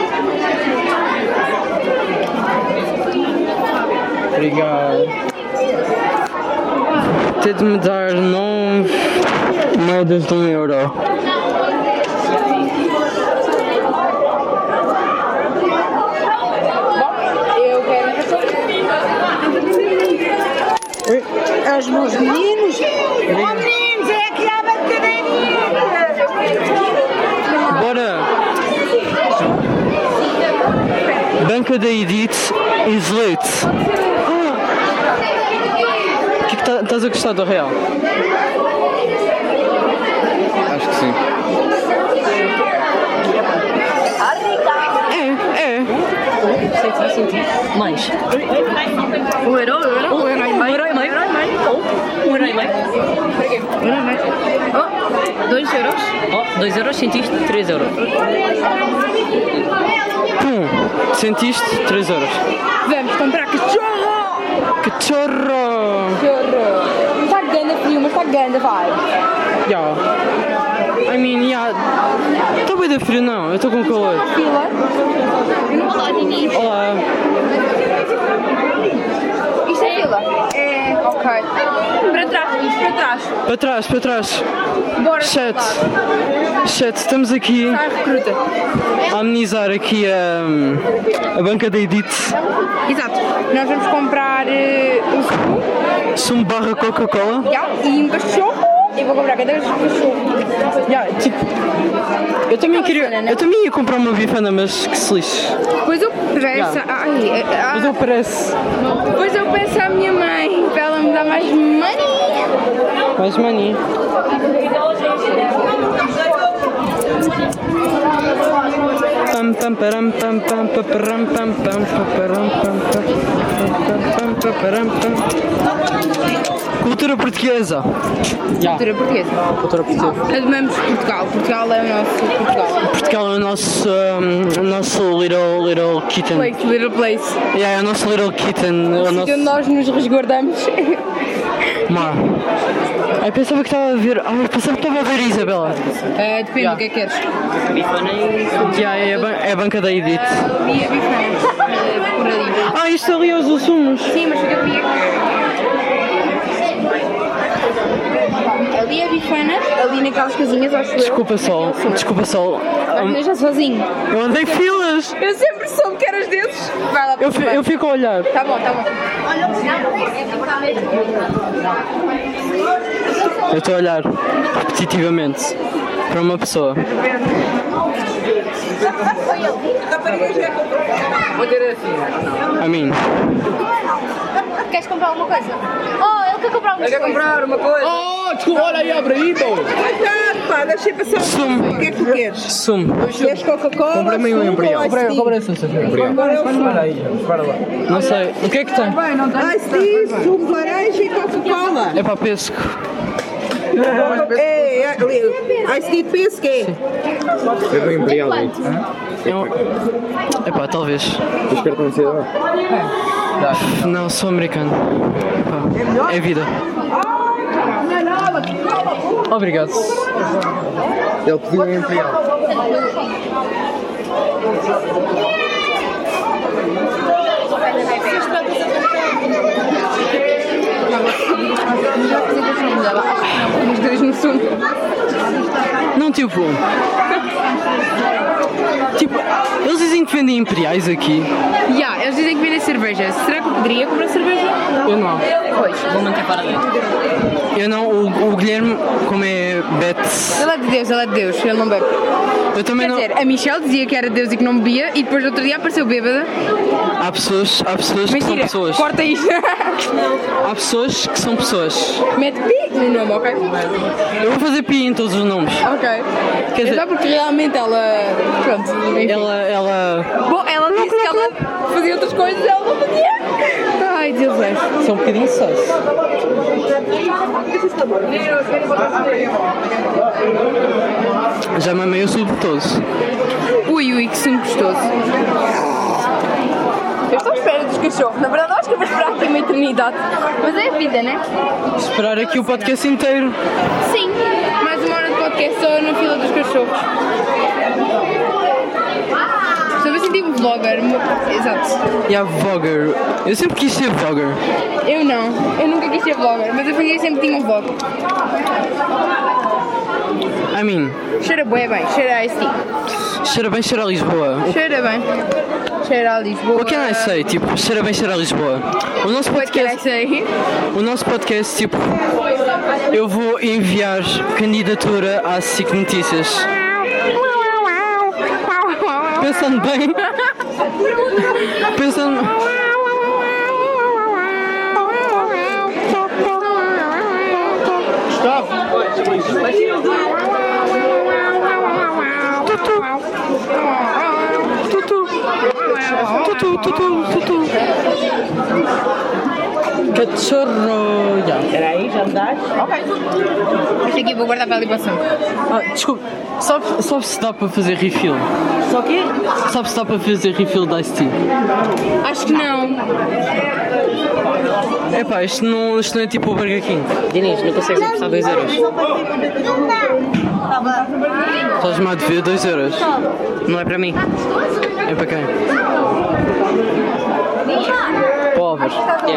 Obrigado. Tem de me dar 9 moedas de 1 euro. Eu quero. É os meus meninos. Oh, meninos, é aqui a bancadeirinha. Bora! Banca da Edith is late. O que estás a gostar do Real? Acho que sim. É. Senti. Mais. 1 euro? 1 euro e meio. 1 euro e meio. 1 euro e meio. Oh, 2 euros. 2 euros, sentiste? 3 euros. Sentiste? 3 euros. Vamos comprar cachorro! Cachorro! Está ganda frio, mas está ganda vibe. Yeah. I mean, Está bem da frio, não. Eu estou com calor. Fila. Olá. Isto é fila? É, ok. Para trás. Para trás. Bora. Chat, estamos aqui Sai, recruta. a amenizar aqui a banca da Edith. Exato. Nós vamos comprar um sumo Sumo / Coca-Cola. e um cachorro. E vou comprar cadeiras de cachorro. Tipo, eu também ia comprar uma bifana, mas que se lixe. Depois eu peço. Mas eu parece. Depois eu peço à minha mãe para ela me dar mais money. Mais money. Pam pam param pam pam paparam pam pam paparam pam pam pam paparam pam. Cultura portuguesa. Cultura portuguesa. Cultura portuguesa. Amamos Portugal. Portugal é o nosso Portugal. Portugal é o nosso little kitten. Little place. É o nosso little kitten. O Onde nós nos resguardamos. Mar. Pensava que estava a ver. Pensava que estava a ver a Isabela. Depende do que é que queres. É a banca da Edith. E a bifana. Por ali. Isto ali é os sumos. Sim, mas fica comigo. Ali é a bifana, ali naquelas casinhas, acho eu. Desculpa só. Mas já sozinho. Eu andei filas. Eu sempre soube que eras desses. Vai lá. Eu fico a olhar. Tá bom. Eu estou a olhar repetitivamente para uma pessoa. A mim. Queres comprar alguma coisa? Oh, ele quer comprar alguma coisa. Desculpa, olha aí, abre aí, pô. Pá, deixa passar. Sumo. O que é que tu queres? Sumo. Queres Coca-Cola? Comprei-me um Imperial. Comprei essa Espera aí, espera lá. Não sei. O que é que tem? Ice tea, sumo de laranja e Coca-Cola. É para pesco. Ice tea de pesca é? É do Imperial, Epá, talvez. Vocês cartão de cidadão? Não, sou americano. Epá, é vida. Obrigado. Ele pediu um Imperial. Os dois no sumo. Não, tipo, eles dizem que vendem imperiais aqui. Eles dizem que vendem cerveja. Será que eu poderia comprar cerveja? Eu não. Pois. Vou manter para dentro. Eu não, o Guilherme, como é Betts. Ele é de Deus, ele não bebe. Eu também Quer não. dizer, a Michelle dizia que era de Deus e que não bebia e depois outro dia apareceu bêbada. Há pessoas que são Mentira, pessoas. corta isto. Há pessoas que são pessoas. Mete pi no nome, ok? Eu vou fazer pi em todos os nomes. Ok. Quer dizer, Só porque realmente ela. Pronto, enfim. ela. Bom, ela disse que ela fazia outras coisas e ela não fazia. Ai, Deus é. São um bocadinho sus. Já mamei o sumo todo. Ui, que sumo gostoso. Eu estou à espera dos cachorros. Na verdade, eu acho que eu vou esperar aqui uma eternidade. Mas é a vida, né? Esperar aqui o podcast inteiro. Sim. Mais uma hora de podcast só na fila dos cachorros. Estou a sentir um vlogger. Exato. E a vlogger. Eu sempre quis ser vlogger. Eu não. Eu nunca quis ser vlogger, mas a família sempre tinha um vlog. I mean, Cheira bué bem. Cheira a tea. cheira bem, cheira a Lisboa. Cheira bem. Cheira a Lisboa. O que é sei? Tipo, cheira bem, cheira a Lisboa. O nosso What can I podcast, say? o nosso podcast, tipo, eu vou enviar candidatura à SIC Notícias. Pensando bem. Pensando. Tutu. Cachorro. Espera aí, já me dás? Ok. Este aqui vou guardar para a libação. Desculpa, sabe se dá para fazer refill? Só o quê? Sabe se dá para fazer refill da Ice Tea? Acho que não. Epá, isto não é tipo o Burger King. Dinis, não consegues emprestar 2 euros. Estás-me a dever 2 euros. Não é para mim. É para quem? Palavras.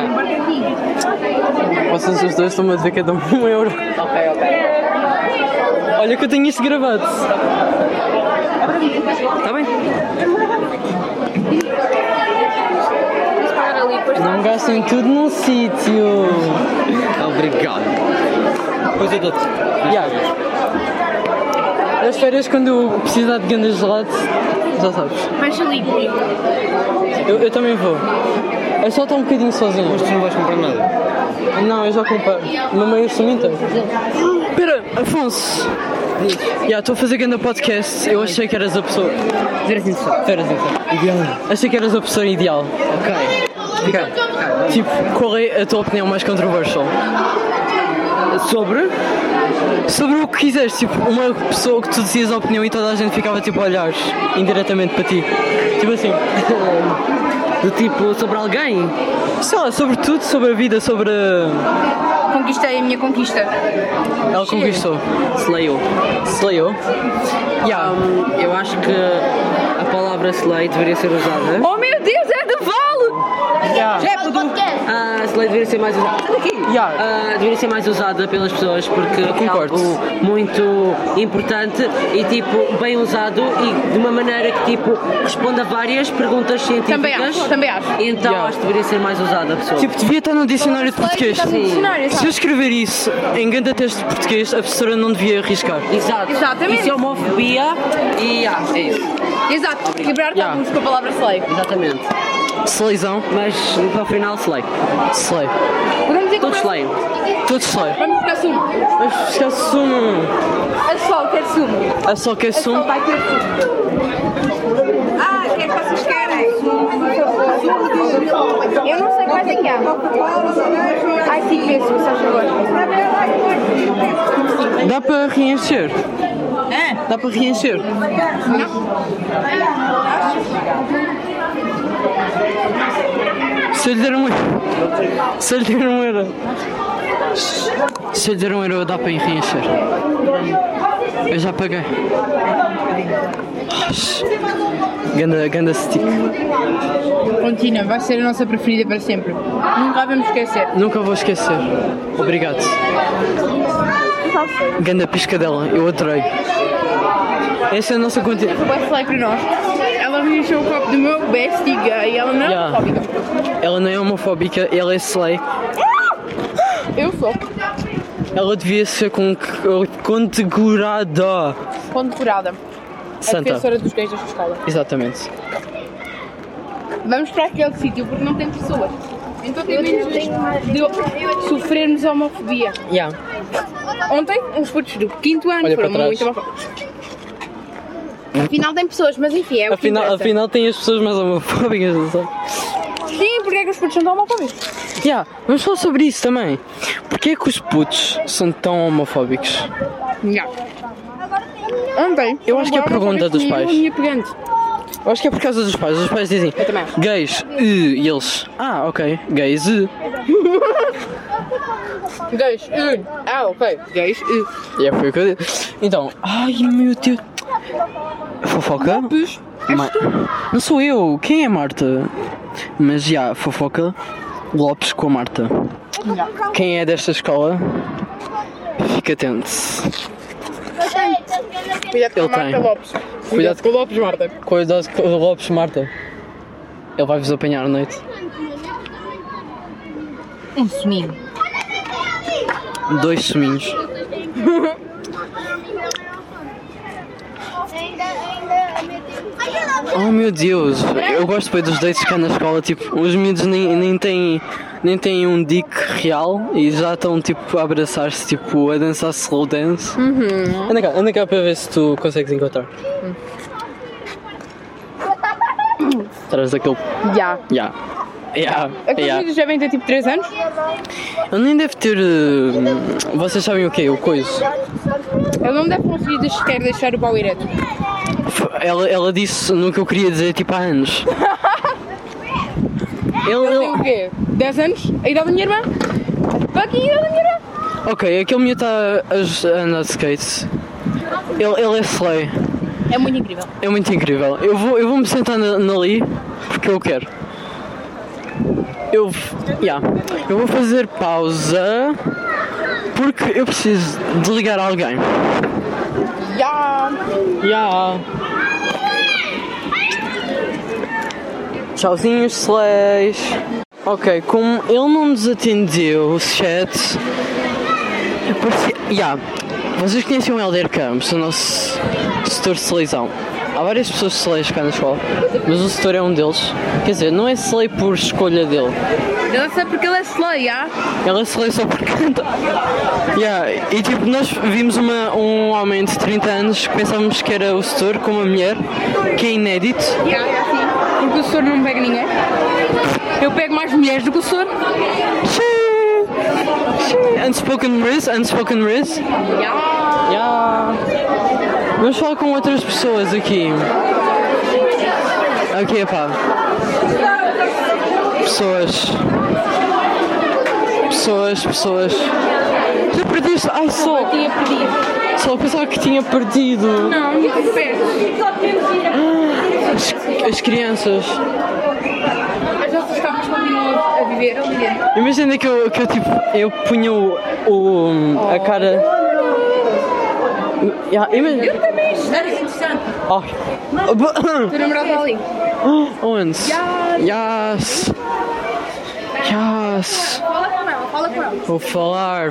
Vocês os dois estão a dizer que é de €1. Ok. Olha que eu tenho isto gravado. Está bem? Não gastem tudo num sítio. Obrigado. Depois eu dou-te. Nas férias, quando eu precisar de grandes gelados, já sabes. Fecha ali. Eu também vou. É só estar um bocadinho sozinho. Mas tu não vais comprar nada. Não, eu já comprei. No meio orçamento. Espera, Afonso. Estou a fazer grande podcast. Eu achei que eras a pessoa. Veras interessante. Ideal. Achei que eras a pessoa ideal. Ok. Tipo, qual é a tua opinião mais controversial? Sobre o que quiseres, tipo, uma pessoa que tu dizias a opinião e toda a gente ficava tipo a olhar indiretamente para ti. Tipo assim. Do tipo, sobre alguém? Sei lá, sobre tudo, sobre a vida, sobre. Conquistei a minha conquista. Ela conquistou. Slayou. Eu acho que a palavra slay deveria ser usada. Oh meu Deus, é de Val! Slay deveria ser mais usada. Deveria ser mais usada pelas pessoas porque é algo muito importante e tipo bem usado e de uma maneira que tipo responde a várias perguntas científicas. Também acho. Então acho que deveria ser mais usada a pessoa. Tipo, devia estar no dicionário de português. Se eu escrever isso em grande texto de português, a professora não devia arriscar. Exatamente. Isso é homofobia e é isso. Exato. Quebrar tabus com a palavra slay. Exatamente. Slayzão. Mas para o final slay. Slay. Podemos dizer que Todos slay. Todos slay. vamos buscar sumo. Vamos buscar sumo. A Sol quer sumo. A só quer A Sol sumo. vai ter sumo. O que é que vocês querem? Eu não sei quais é que há. Ai, 5 vezes, se faz favor. Dá para reencher? Dá para reencher? Se eu lhe der um euro. Se eu lhe der um euro. Se eu lhe der um euro, dá para reencher. Eu já paguei. Ganda stick. Continua, vai ser a nossa preferida para sempre. Nunca a vamos esquecer. Nunca vou esquecer. Obrigado. Ganda piscadela, eu adorei. Essa é a nossa quantidade. Foi slay para nós. Ela me encheu o copo do meu bestie gay. Ela não é homofóbica. Ela não é homofóbica, ela é slay. Eu sou. Ela devia ser condecorada. Condecorada. A Santa. defensora dos gays desta escola. Exatamente. Vamos para aquele sítio porque não tem pessoas. Então tem menos de sofrermos a homofobia. Ontem, uns putos do 5º ano Olha foram para trás. muito homofóbicos. Afinal tem pessoas, mas enfim, é o que interessa. Afinal tem as pessoas mais homofóbicas, não sabe? Sim, porque é que os putos são tão homofóbicos? Vamos falar sobre isso também. Porquê é que os putos são tão homofóbicos? Ontem, Eu acho que é a pergunta dos pais. Minha pegante. Eu acho que é por causa dos pais. Os pais dizem Eu também acho. gays, e eles. Ok, gays, Gays, ok. Gays, E é foi o que eu disse. Então, ai meu Deus. Fofoca? Não sou eu, quem é Marta? Mas fofoca. Lopes com a Marta. Quem é desta escola? Fica atento. Cuidado com Ele a Marta tem. Lopes. Cuidado com o Lopes, Marta. Cuidado com o Lopes, Marta. Ele vai-vos apanhar à noite. Um suminho. 2 suminhos. Oh meu Deus, eu gosto bem dos dates cá na escola, tipo, os miúdos nem têm um dick real e já estão tipo a abraçar-se, tipo, a dançar slow dance. Anda cá para ver se tu consegues encontrar. Atrás daquele. Aqueles vídeos devem ter tipo 3 anos? Ele nem deve ter. Vocês sabem o quê? O coisa. Ele não deve conseguir sequer deixar o pau ereto. Ela disse no que eu queria dizer tipo há anos. Ele tem o quê? 10 anos? A idade da minha irmã? Aqui a idade da minha irmã? Ok, aquele miúdo está a andar de skate. Ele é slay. É muito incrível. É muito incrível. Eu vou me sentar ali porque eu quero. Eu vou fazer pausa porque eu preciso de ligar a alguém. Já. Tchauzinhos, Slays. Ok, como ele não nos atendeu o chat, vocês conheciam o Helder Campos, o nosso setor de seleção. Há várias pessoas de Slay cá na escola, mas o setor é um deles. Quer dizer, não é Slay por escolha dele. Ele é só porque ele é Slay, Ele é Slay só porque canta. E tipo, nós vimos um homem de 30 anos que pensávamos que era o setor com uma mulher, que é inédito. Porque o setor não pega ninguém. Eu pego mais mulheres do que o setor. Unspoken Riz. Vamos falar com outras pessoas aqui. Ok, pá. Pessoas. Já perdiste? Ai, só. Tinha perdido. Só pensava que tinha perdido. Não, nunca perdes. As crianças. As nossas cabras continuam a viver ali dentro. Imagina que eu punha a cara. Eu também, isto era interessante. Oh. Teu namorado está ali. Onde? Yes. Fala com ela. Vou falar.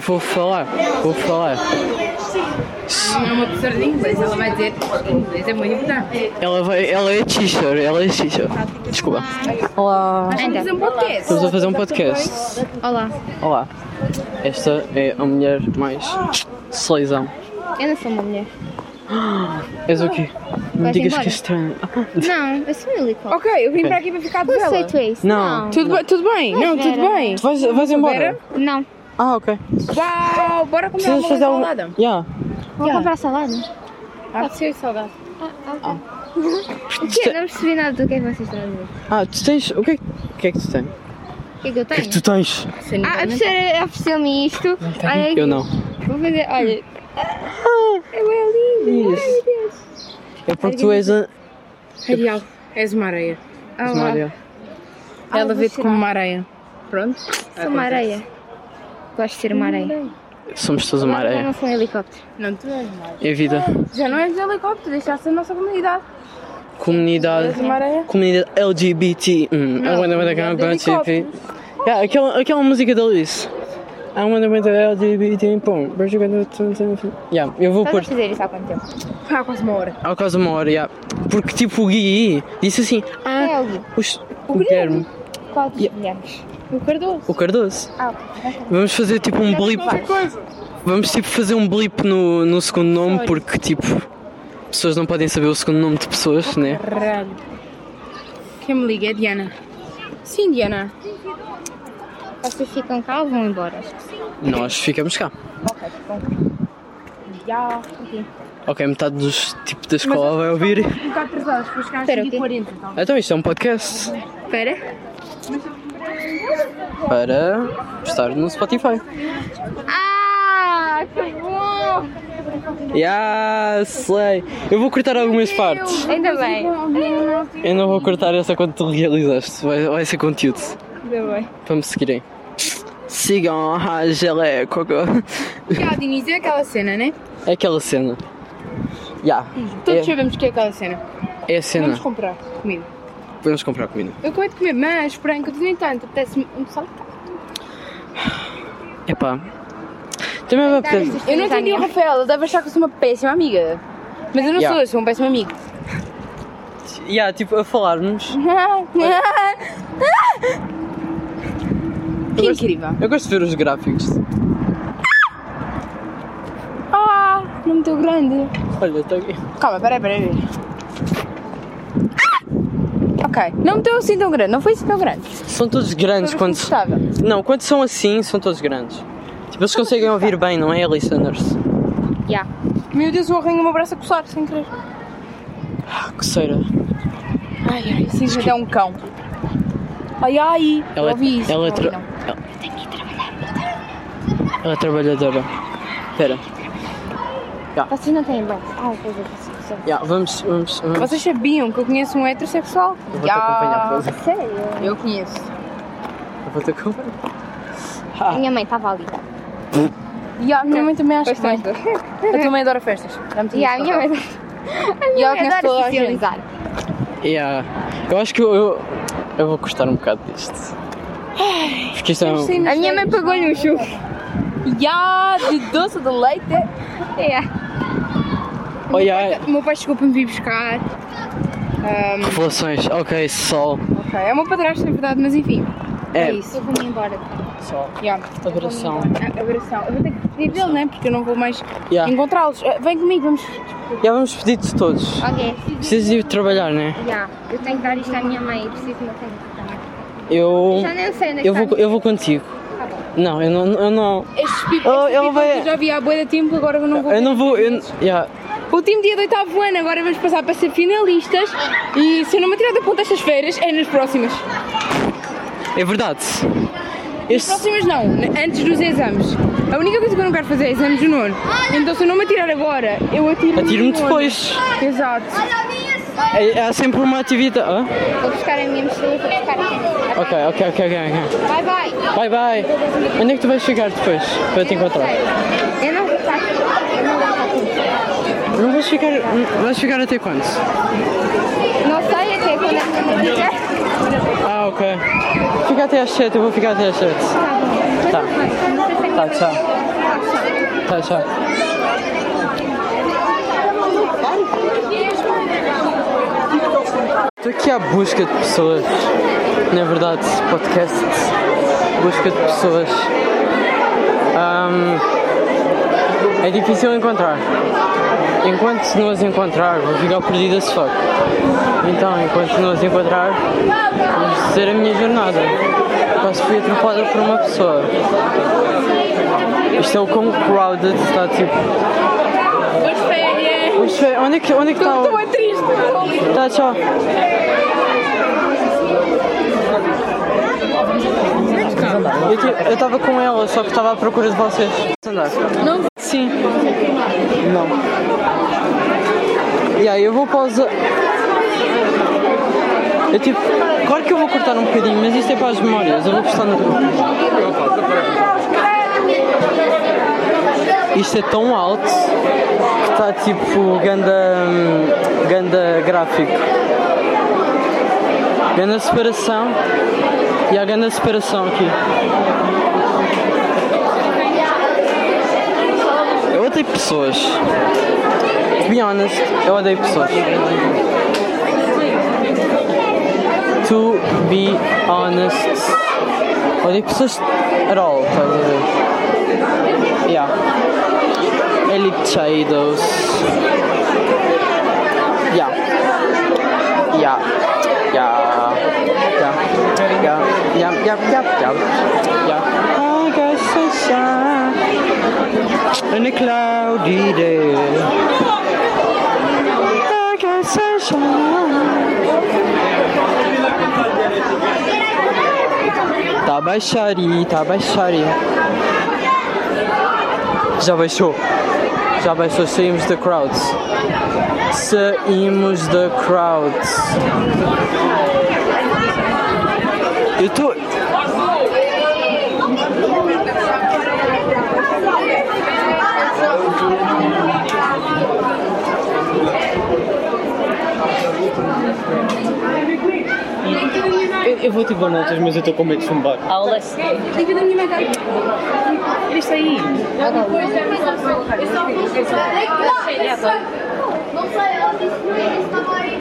Não é uma professora de inglês, ela vai dizer que inglês é muito importante. Ela é teacher. Desculpa. Olá. Vamos fazer um podcast. Estamos a fazer um podcast. Olá. Esta é a mulher mais seleção. Eu não sou uma mulher. És o quê? Não Vais digas embora? que é estranho. Não, eu sou um helicóptero. Ok, eu vim para aqui para ficar de vela. Conceito é isso? Não. Tudo bem? Não, tudo bem. Vais embora? Não. Ah, ok. Uau, bora comer Precisas uma fazer salada. Vou comprar salada? Pode ser salgado. O quê? Não percebi nada do que é que vocês estão a dizer. Tu tens... O que é que tu tens? O que é que eu tenho? Tu tens? A professora ofereceu-me isto. Olha aqui. Eu não. Vou fazer, olha. É bem lindo. Isso. É porque tu és a... Ariel, és uma areia. Maria. Ela vê-te como uma areia. Pronto? Sou uma areia. Gosto de ser uma areia. Somos todos uma Eu areia. não sou um helicóptero. Não, tu és uma areia. É vida. Já não és de helicóptero, deixaste a nossa comunidade. Comunidade... És uma areia. Comunidade LGBT. Aquela música da Alice. LGBT. Eu vou pôr. Estás a fazer isso há quanto tempo? Há quase uma hora. Há quase uma hora, Porque tipo o Gui disse assim. Quem é o Gui? O Guilherme. Qual dos Guilhermes? O Cardoso. O Cardoso. Ok. Vamos fazer tipo um blip. Vamos tipo fazer um blip no segundo nome porque tipo pessoas não podem saber o segundo nome de pessoas, né? Caralho. Quem me liga é Diana. Sim, Diana. Vocês ficam cá ou vão embora? Acho que sim. Nós ficamos cá. Ok, ficam cá. Já, aqui. Ok, metade dos tipo da escola vai ouvir. Um bocado atrasadas, depois chegar às Espera, o quê? 5h40. Então. Então isto é um podcast Espera. para estar no Spotify. Ah, que bom! Slay. Eu vou cortar algumas partes. Ainda bem. Eu não vou cortar essa quando tu realizaste. Vai ser conteúdo. Ainda bem. Para me seguirem. Sigam a Geleco. Já, Diniz, é aquela cena, né? É aquela cena. Todos sabemos que é aquela cena. É a cena. Vamos comprar comida. Podemos comprar comida. Eu acabei de comer, mas porém, que eu tenho tanto, apetece-me um salto. Epá. Também vai poder. Eu não entendi o Rafael, ele deve achar que eu sou uma péssima amiga. Mas eu não sou, eu sou um péssimo amigo. Tipo, a falarmos. Que incrível. Eu gosto de ver os gráficos. Não me deu grande. Olha, estou aqui. Calma, peraí. Ok, não me deu assim tão grande, não foi assim tão grande. São todos grandes quando. Não, quando são assim, são todos grandes. Tipo, eles conseguem ouvir bem, não é, listeners? Já. Meu Deus, eu arranho o meu braço a coçar, sem querer. Coceira. Ai, assim já é um cão. Ai, Ela ouvi isso. ela é Não ouvi, não. Ela é trabalhadora. Espera. Vocês não têm bem. Pois é, Vamos. Vocês sabiam que eu conheço um heterossexual? Eu vou-te acompanhar, pois. Sério? Eu conheço. vou-te comprar. A minha mãe estava ali. E a minha mãe também acha que tem. A tua mãe adora festas. E a minha mãe. E ela conhece toda adora a gente. socializar. Yeah. Eu acho que eu vou gostar um bocado disto. Porque isto é um... A minha mãe pagou-lhe um chuva. De doce de leite. Oh, yeah. O meu pai chegou para me vir buscar. Revelações, ok, sol. Ok, é uma padrasta, na verdade, mas enfim. É, isso. Eu vou-me embora. sol. Yeah. Adoração. Abração. Eu vou ter que pedir dele, né? Porque eu não vou mais Yeah. encontrá-los. Vem comigo, vamos. Já vamos pedir de todos. Ok. Precisas ir trabalhar, né? Eu tenho que dar isto à minha mãe. Preciso de uma caneta também. Eu. Já nem sei onde é que está. Eu vou contigo. Tá bom. Não, eu não. Estes pipos ele vai- eu já vi há bué de tempo, agora eu não vou. Eu não vou. Yeah. Último dia do 8º ano, agora vamos passar para ser finalistas. E se eu não me tirar da ponta estas feiras, é nas próximas. É verdade. Nas próximas não, antes dos exames. A única coisa que eu não quero fazer é exames do nono. Então se eu não me atirar agora, eu atiro-me Atiro-me no nono. depois. Exato. Há sempre uma atividade. Hã? Vou buscar a minha mochila e vou buscar a caneta. Ok. Bye bye. Bye. Onde é que tu vais chegar depois? Para eu te encontrar? Eu não vou estar aqui. Eu não vou estar aqui. Não vais ficar. Vais ficar até quando? Não sei até quando a minha mãe quiser. Ah, ok. Fica até às 7, eu vou ficar até às 7. Tá bom. Tá, tchau. Tá, tchau. Estou aqui à busca de pessoas. Na verdade, podcast. Busca de pessoas. É difícil encontrar. Enquanto não as encontrar, vou ficar perdido as fuck. Então, enquanto não as encontrar, vou fazer a minha jornada. Quase fui atropelada por uma pessoa. Isto é o quão crowded está, tipo... Boas férias. Onde é que está o... Estou triste. Tá, tchau. Eu estava com ela, só que estava à procura de vocês. Andar? Não? Sim. Não. E aí eu vou pausar. Eu tipo, claro que eu vou cortar um bocadinho, mas isto é para as memórias, eu vou postar no grupo. Isto é tão alto que está tipo ganda gráfico. Ganda separação. E há ganda separação aqui. Eu odeio pessoas. To be honest, eu odeio pessoas. To be honest. Odeio pessoas at all, estás a ver? Yeah. Eliteiros. Yeah. Yeah. I got sunshine on a cloudy day. I got sunshine. Tá baixaria. Já baixou, saímos da crowds. Eu tô... Eu vou tipo notas, mas eu estou com medo de chumbar. Aula Liga da minha mãe. Ele está aí. Não sei, ela disse que não estava aí.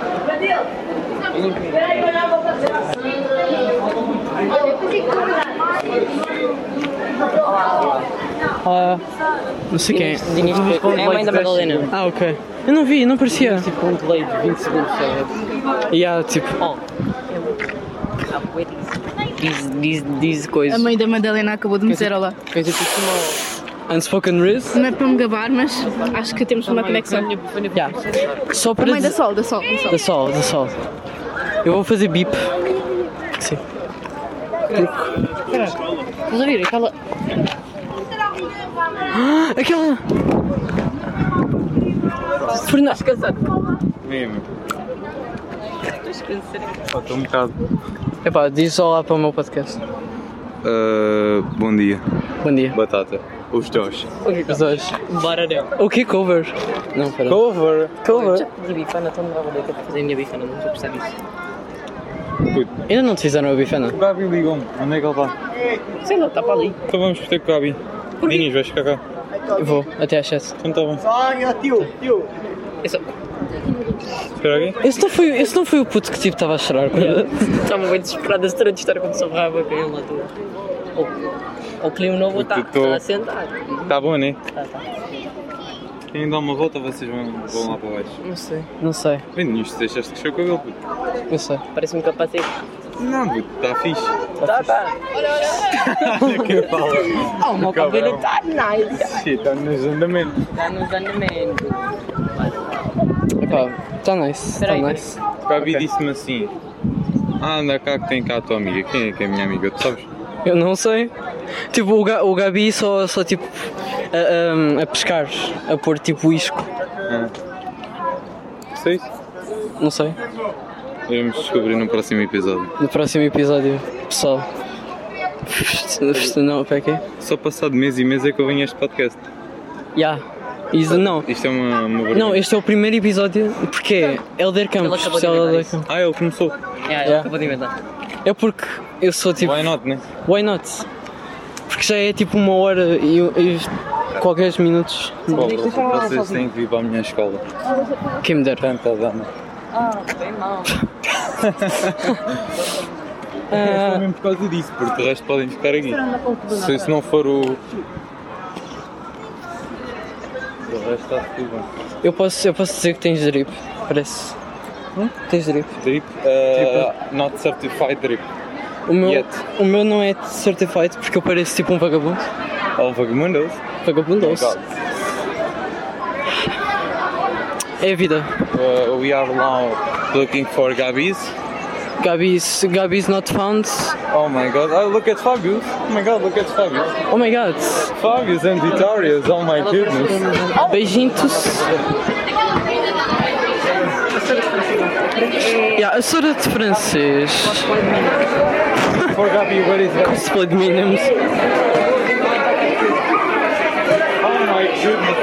Não sei quem é. É a mãe da Madalena. Ah, ok. Eu não vi, não parecia. Tipo um delay de 20 segundos. E há tipo... Diz coisas. A mãe da Madalena acabou de me dizer olá. Quer dizer, tipo uma... Unspoken Riz. Não é para me gabar, mas acho que temos uma conexão. Yeah. Só para A mãe da dizer... Sol, da Sol. Da Sol. Eu vou fazer bip. Sim. Estás a ver? Aquela... Aquela... Mesmo. Estou um bocado. Epá, diz olá para o meu podcast. Bom dia. Bom dia. Batata. Os dois. Os dois. Bora não. O que cover? Não, pera. Cover. Cover? A bifana, então não vai que eu fazer a minha bifana, não estou a perceber isso. Ainda não te fizeram a bifana? O Gabi ligou-me. Onde é que ele está? Sei lá, está para ali. Então vamos ter com o Gabi. Dinis, vais ficar cá. Eu vou, até às 7. Então está bem. Espera aqui. Esse não foi o puto que tipo estava a chorar. Estava bem desesperado a história de estar quando se raiva com ele lá tudo. O clima novo está a sentar. Está bom, né? Tá. Quem dá uma volta, vocês vão lá para baixo. Não sei. Bem, nisto deixaste crescer o cabelo, puto. Eu sei. Parece-me capacete. Não, puto, está fixe. Tá. Olha que fala. Oh, o meu cabelo está nice. Shit, está nos andamentos. Está nos andamentos. Epá, está nice. Está nice. O Gabi disse-me assim: anda cá que tem cá a tua amiga. Quem é que é a minha amiga? Tu sabes? Eu não sei. Tipo, o Gabi só tipo a pescar, a pôr tipo isco. Sei. Não sei. Iremos descobrir no próximo episódio. No próximo episódio, pessoal. Não, para quê? Só passado mês e mês é que eu venho a este podcast. Isso não. Isto é uma vergonha. Não, este é o primeiro episódio porque é Elder Campos, especial Elder Campos. Ele começou. Ele acabou de inventar. É porque eu sou tipo. Why not, né? Why not? Porque já é tipo 1 hora e qualquer minutos. Vocês têm que vir para a minha escola. Quem me dera. Tanta dama. Bem mal. É só mesmo por causa disso, porque o resto podem ficar aqui. Se não for o resto está tudo bem. Eu posso dizer que tens drip, parece. Tens drip. Drip? Not certified drip. O meu não é certified porque eu pareço tipo um vagabundo. Vagabundos? Vagabundos. É a vida. We are now looking for Gabis. Gabis not found. Oh my god, look at Fabius. Oh my god, look at Fabius. Oh my god. Fabius and Vitorius, oh my goodness. Beijinhos. A Sora de francês. For Gabi, what is that? Cosplay de Minions. Oh my goodness.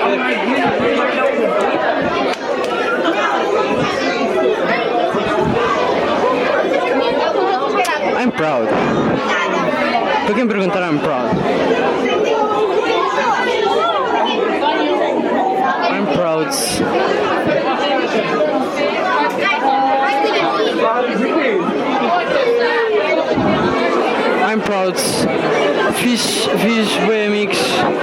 I'm proud. Para quem perguntar, I'm proud. I'm proud. I'm proud. Fiz bem amigos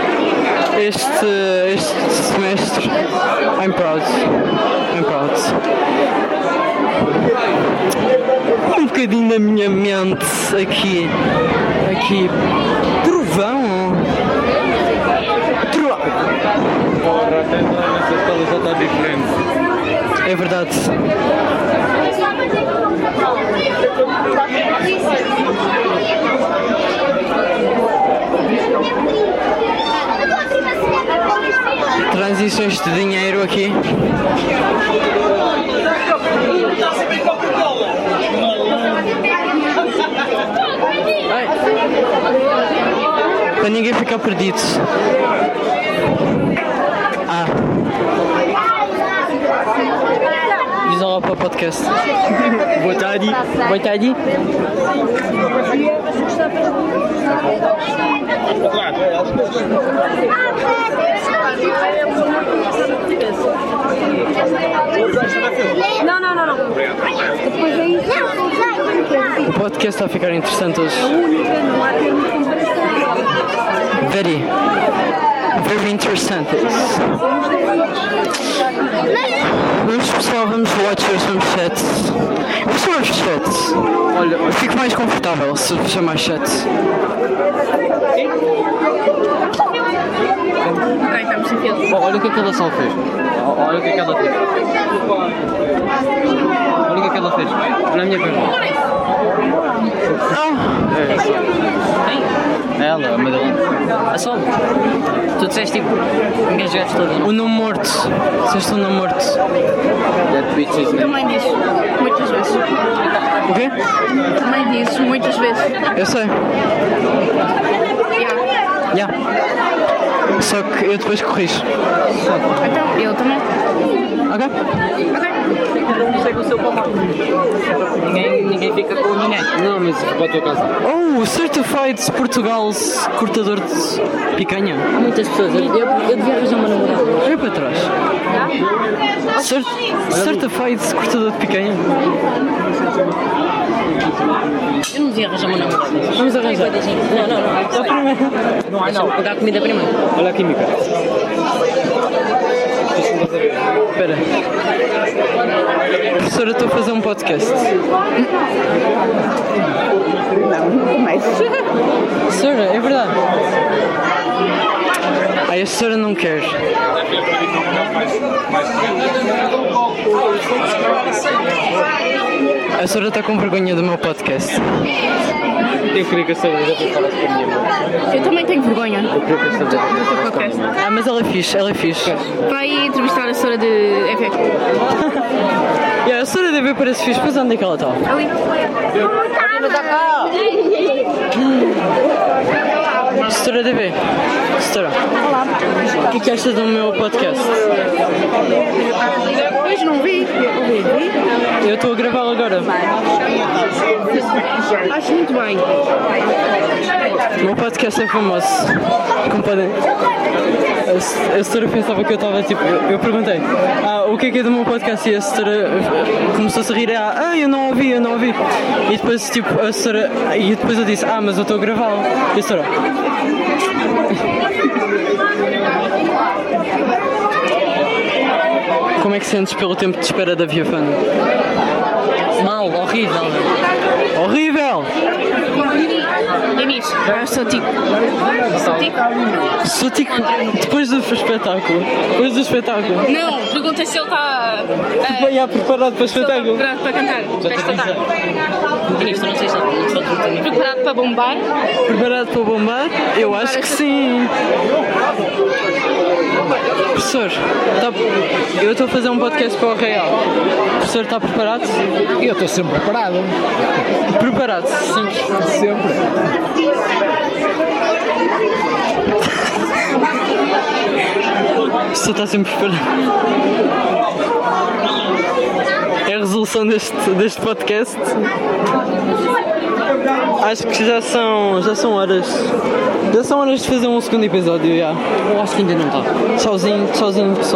este semestre. I'm proud. Um bocadinho na minha mente aqui. Trovão. Porra, até nessa escola já está diferente. É verdade. Transições de dinheiro aqui. Para ninguém ficar perdido. Diz olá para o podcast. Boa tarde. Não. O podcast está a ficar interessante hoje. Very interessante. Vamos pessoal, vamos watchers, vamos chats. Vamos chamar chats. Olha, eu fico mais confortável se chamar chat. Olha o que aquela ação fez. Olha o que ela fez. Olha o que ela fez. Na minha perna. Ela, a Madalena. A Sol. Tu disseste tipo, ninguém jogaste todas, não? O nome morto. Disseste o nome morto. That bitch is me. Também dizes, muitas vezes. O quê? Também dizes, muitas vezes. Eu sei. Yeah. Só que eu depois corrijo. Então, eu também. Ok? Não sei com o seu palmar. Ninguém fica com ninguém. Não, mas para a tua casa. Oh, Certified Portugal cortador de picanha. Há muitas pessoas. Eu devia arranjar uma namorada. Olha para trás. Certified cortador de picanha. Eu não devia arranjar uma namorada. Vamos arranjar. Não. Deixa-me pagar a comida primeiro. Olha a química. Espera. Professora, estou a fazer um podcast. Não começo. Professora, é verdade. Ai, a senhora não quer. A senhora está com vergonha do meu podcast. Eu queria que a Sandra já preparasse para a minha mãe. Eu também tenho vergonha. Eu queria que a Sandra já preparasse para a minha mãe. Ah, mas ela é fixe, ela é fixe. Vai entrevistar a senhora de EV. Yeah, a senhora deve parece fixe, mas onde é que ela está? Ali. Senhora DB, senhora, o que acha do meu podcast? Hoje não vi. Eu estou a gravá-lo agora. Acho muito bem. O meu podcast é famoso. Como podem... A senhora pensava que eu estava tipo... Eu perguntei, o que é do meu podcast? E a senhora começou-se a rir. Eu não ouvi. E depois tipo, a senhora... E depois eu disse, mas eu estou a gravá-lo. E a senhora... Como é que sentes pelo tempo de espera da Via Fã? Mal, horrível. Horrível! Inês, sou tipo. Sou tipo depois do espetáculo. Não, pergunta se ele está Preparado para o espetáculo. preparado para cantar. Queres cantar? Inês, tu não sei se Preparado para bombar? Preparado para bombar? Eu acho que sim. Professor, eu estou a fazer um podcast para o Real. O professor está preparado? Eu estou sempre preparado. Preparado? Sim. Sempre. O professor está sempre preparado. É a resolução deste podcast. Acho que já são horas. Já são horas de fazer um segundo episódio, já. Eu acho que ainda não está. Tchauzinho pessoal.